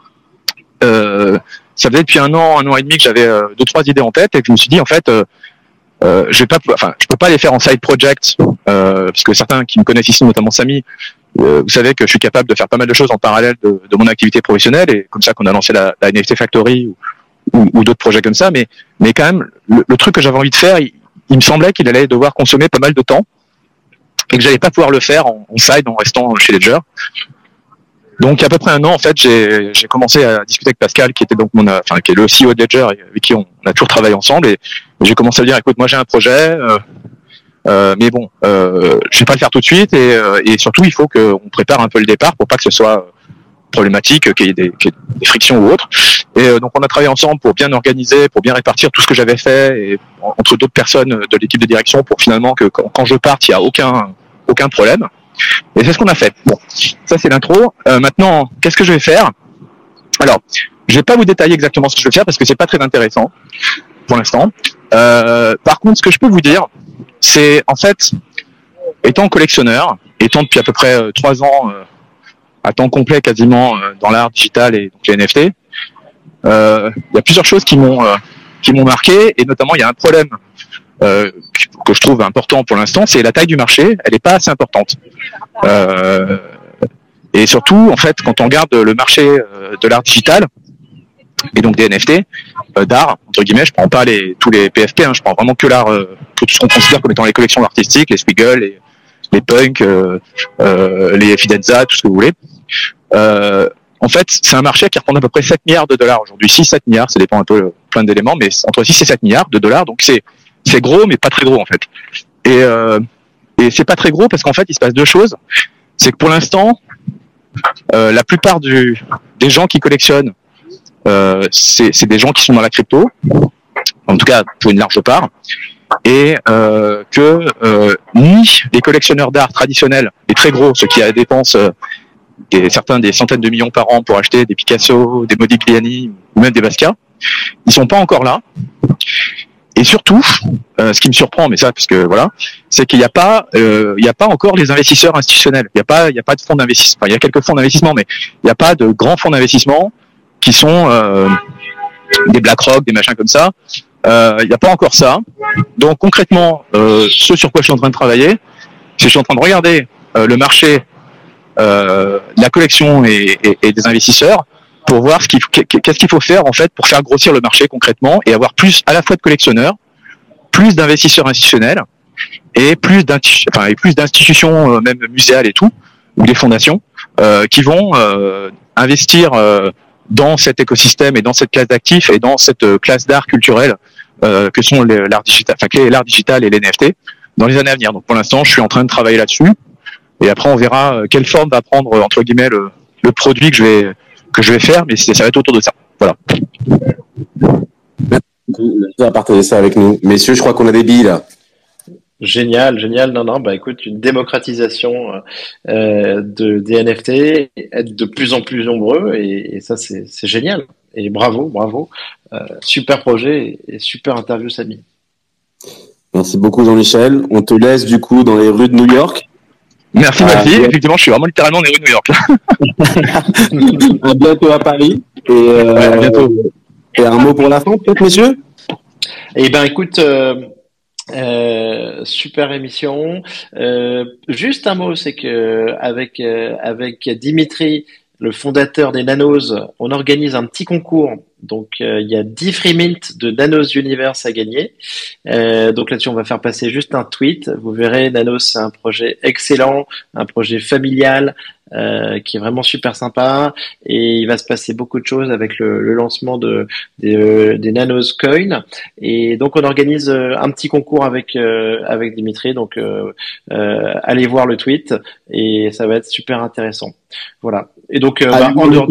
Ça faisait depuis un an et demi que j'avais 2-3 idées en tête et que je me suis dit en fait, je peux pas les faire en side project, parce que certains qui me connaissent ici, notamment Samy, vous savez que je suis capable de faire pas mal de choses en parallèle de mon activité professionnelle, et comme ça qu'on a lancé la NFT Factory ou d'autres projets comme ça, mais quand même le truc que j'avais envie de faire, il me semblait qu'il allait devoir consommer pas mal de temps et que j'allais pas pouvoir le faire en side en restant chez Ledger. Donc, il y a à peu près un an, en fait, j'ai commencé à discuter avec Pascal, qui était donc qui est le CEO de Ledger, avec qui on a toujours travaillé ensemble, et j'ai commencé à lui dire, écoute, moi j'ai un projet, mais bon, je vais pas le faire tout de suite, et surtout, il faut qu'on prépare un peu le départ pour pas que ce soit problématique, qu'il y ait des frictions ou autre. Et donc, on a travaillé ensemble pour bien organiser, pour bien répartir tout ce que j'avais fait, et entre d'autres personnes de l'équipe de direction, pour finalement que quand je parte, il y a aucun problème. Et c'est ce qu'on a fait. Bon, ça c'est l'intro. Maintenant, qu'est-ce que je vais faire? Alors, je vais pas vous détailler exactement ce que je vais faire parce que c'est pas très intéressant pour l'instant. Par contre, ce que je peux vous dire, c'est en fait, étant collectionneur, étant depuis à peu près 3 ans à temps complet quasiment dans l'art digital et donc les NFT, il y a plusieurs choses qui m'ont marqué, et notamment il y a un problème que je trouve important pour l'instant, c'est la taille du marché. Elle n'est pas assez importante. Et surtout, en fait, quand on regarde le marché de l'art digital et donc des NFT d'art, entre guillemets, je prends pas tous les PFP, hein, je prends vraiment que l'art, que tout ce qu'on considère comme étant les collections artistiques, les Spiegel, les Punk, les Fidenza, tout ce que vous voulez. En fait, c'est un marché qui représente à peu près 7 milliards de dollars aujourd'hui, 6-7 milliards, ça dépend un peu plein d'éléments, mais entre 6 et 7 milliards de dollars, donc c'est gros, mais pas très gros en fait. Et c'est pas très gros parce qu'en fait, il se passe deux choses. C'est que pour l'instant, la plupart des gens qui collectionnent, c'est des gens qui sont dans la crypto, en tout cas pour une large part, et que ni les collectionneurs d'art traditionnels, les très gros, ceux qui dépensent certains des centaines de millions par an pour acheter des Picasso, des Modigliani ou même des Basquiat, ils sont pas encore là. Et surtout, ce qui me surprend, mais ça, parce que voilà, c'est qu'il n'y a pas encore les investisseurs institutionnels. Il n'y a pas de fonds d'investissement. Enfin, il y a quelques fonds d'investissement, mais il n'y a pas de grands fonds d'investissement qui sont des BlackRock, des machins comme ça. Il n'y a pas encore ça. Donc concrètement, ce sur quoi je suis en train de travailler, c'est que je suis en train de regarder le marché, la collection et des investisseurs pour voir qu'est-ce qu'il faut faire en fait pour faire grossir le marché concrètement et avoir plus à la fois de collectionneurs, plus d'investisseurs institutionnels et plus d'institutions même muséales et tout, ou des fondations qui vont investir dans cet écosystème et dans cette classe d'actifs et dans cette classe d'art culturel que sont l'art digital et les NFT dans les années à venir. Donc pour l'instant, je suis en train de travailler là-dessus et après on verra quelle forme va prendre entre guillemets le produit que je vais faire, mais ça va être autour de ça. Voilà. Merci de partager ça avec nous. Messieurs, je crois qu'on a des billes là. Génial. Non, bah écoute, une démocratisation des NFT, être de plus en plus nombreux, et ça c'est génial. Et bravo. Super projet et super interview, Samy. Merci beaucoup Jean-Michel. On te laisse du coup dans les rues de New York. Merci ma fille. Effectivement, je suis vraiment littéralement dans les rues de New York. À bientôt à Paris. À bientôt. Et un mot pour la fin, peut-être, messieurs? Eh ben, écoute, super émission. Juste un mot, c'est que avec Dimitri, le fondateur des Nanos, on organise un petit concours. Donc, il y a 10 free mint de Nanos Universe à gagner. Donc là-dessus, on va faire passer juste un tweet. Vous verrez, Nanos, c'est un projet excellent, un projet familial, qui est vraiment super sympa. Et il va se passer beaucoup de choses avec le lancement des Nanos Coin. Et donc, on organise un petit concours avec Dimitri. Donc, allez voir le tweet et ça va être super intéressant. Voilà. Et donc, en dehors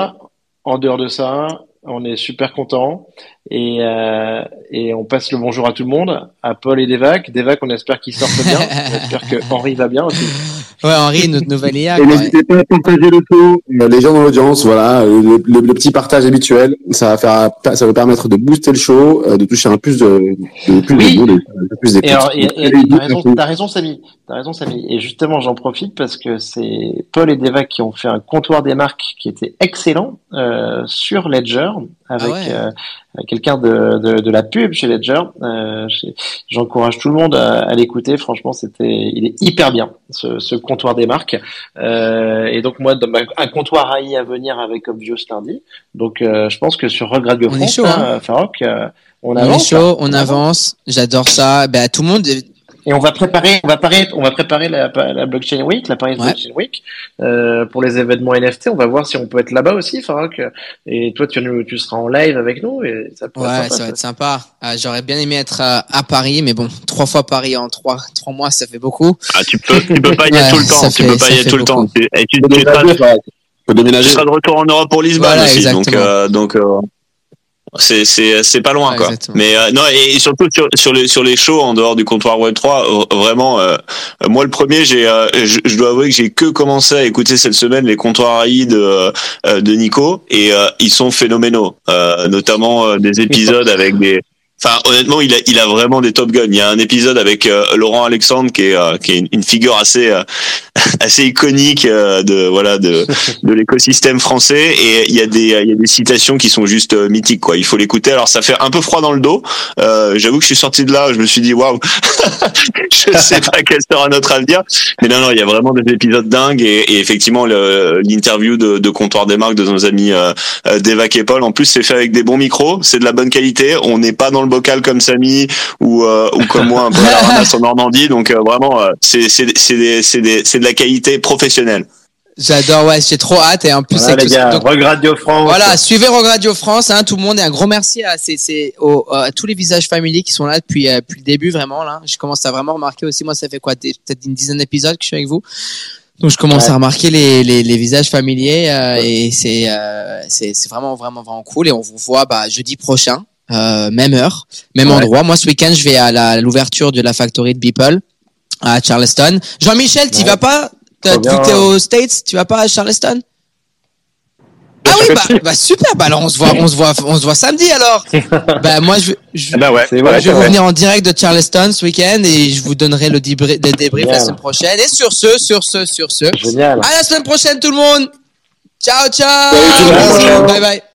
de ça, on est super content et on passe le bonjour à tout le monde, à Paul et Devac. Devac, on espère qu'ils sortent bien. On espère que Henri va bien aussi. Ouais, Henri, notre nouvel IA. Et n'hésitez pas à partager le show. Les gens dans l'audience, voilà, le petit partage habituel, ça va permettre de booster le show, de toucher un plus de plus d'écoute. T'as raison, Samy. Et justement, j'en profite parce que c'est Paul et Devac qui ont fait un comptoir des marques qui était excellent sur Ledger avec quelqu'un de la pub chez Ledger. J'encourage tout le monde à l'écouter. Franchement, il est hyper bien ce comptoir des marques. Et donc moi, un comptoir AI à venir avec Obvious lundi. Donc je pense que sur Rogue Radio France, Farok, on avance. On est chaud, on avance. J'adore ça. Ben tout le monde. Et on va préparer la Blockchain Week, la Paris Blockchain Week, pour les événements NFT. On va voir si on peut être là-bas aussi, Farok. Et toi, tu seras en live avec nous et ça pourrait être sympa, ça va être sympa. J'aurais bien aimé être à Paris, mais bon, 3 fois Paris en 3 mois, ça fait beaucoup. Ah, tu peux pas y être tout le temps. Tu peux pas y être tout le temps. Tu seras de retour en Europe pour Lisbonne aussi. Exactement. Donc c'est pas loin, quoi. Exactement. Mais non, et surtout sur les shows en dehors du comptoir Web3, vraiment moi le premier, je dois avouer que j'ai que commencé à écouter cette semaine les comptoirs AI de Nico, et ils sont phénoménaux, notamment des épisodes avec des. Enfin, honnêtement, il a vraiment des top guns. Il y a un épisode avec Laurent Alexandre qui est une figure assez iconique de l'écosystème français, et il y a des citations qui sont juste mythiques, quoi. Il faut l'écouter. Alors ça fait un peu froid dans le dos. J'avoue que je suis sorti de là, je me suis dit waouh. Je sais pas quel sera notre avenir. Mais non, il y a vraiment des épisodes dingues, et effectivement l'interview de comptoir des marques de nos amis Devac et Paul, en plus c'est fait avec des bons micros, c'est de la bonne qualité. On n'est pas dans le bocal comme Samy ou comme moi un peu à la ramasse en Normandie, donc vraiment c'est de la qualité professionnelle. J'adore, j'ai trop hâte, et en plus voilà, les gars, Rogue Radio France. Voilà, suivez Rogue Radio France, tout le monde, et un gros merci à tous les visages familiers qui sont là depuis le début, vraiment là. Je commence à vraiment remarquer aussi, moi ça fait peut-être une dizaine d'épisodes que je suis avec vous. Donc je commence à remarquer les visages familiers, et c'est vraiment cool, et on vous voit jeudi prochain. Même heure, même endroit. Moi, ce week-end, je vais à l'ouverture de la factory de Beeple à Charleston. Jean-Michel, tu vas pas? Vu que t'es aux States, tu vas pas à Charleston? Ah oui, bah super. Bah alors on se voit samedi alors. Bah moi je vais revenir en direct de Charleston ce week-end et je vous donnerai le débrief la semaine prochaine. Et sur ce. Génial. À la semaine prochaine tout le monde. Ciao. Salut tout le monde. Bye bye.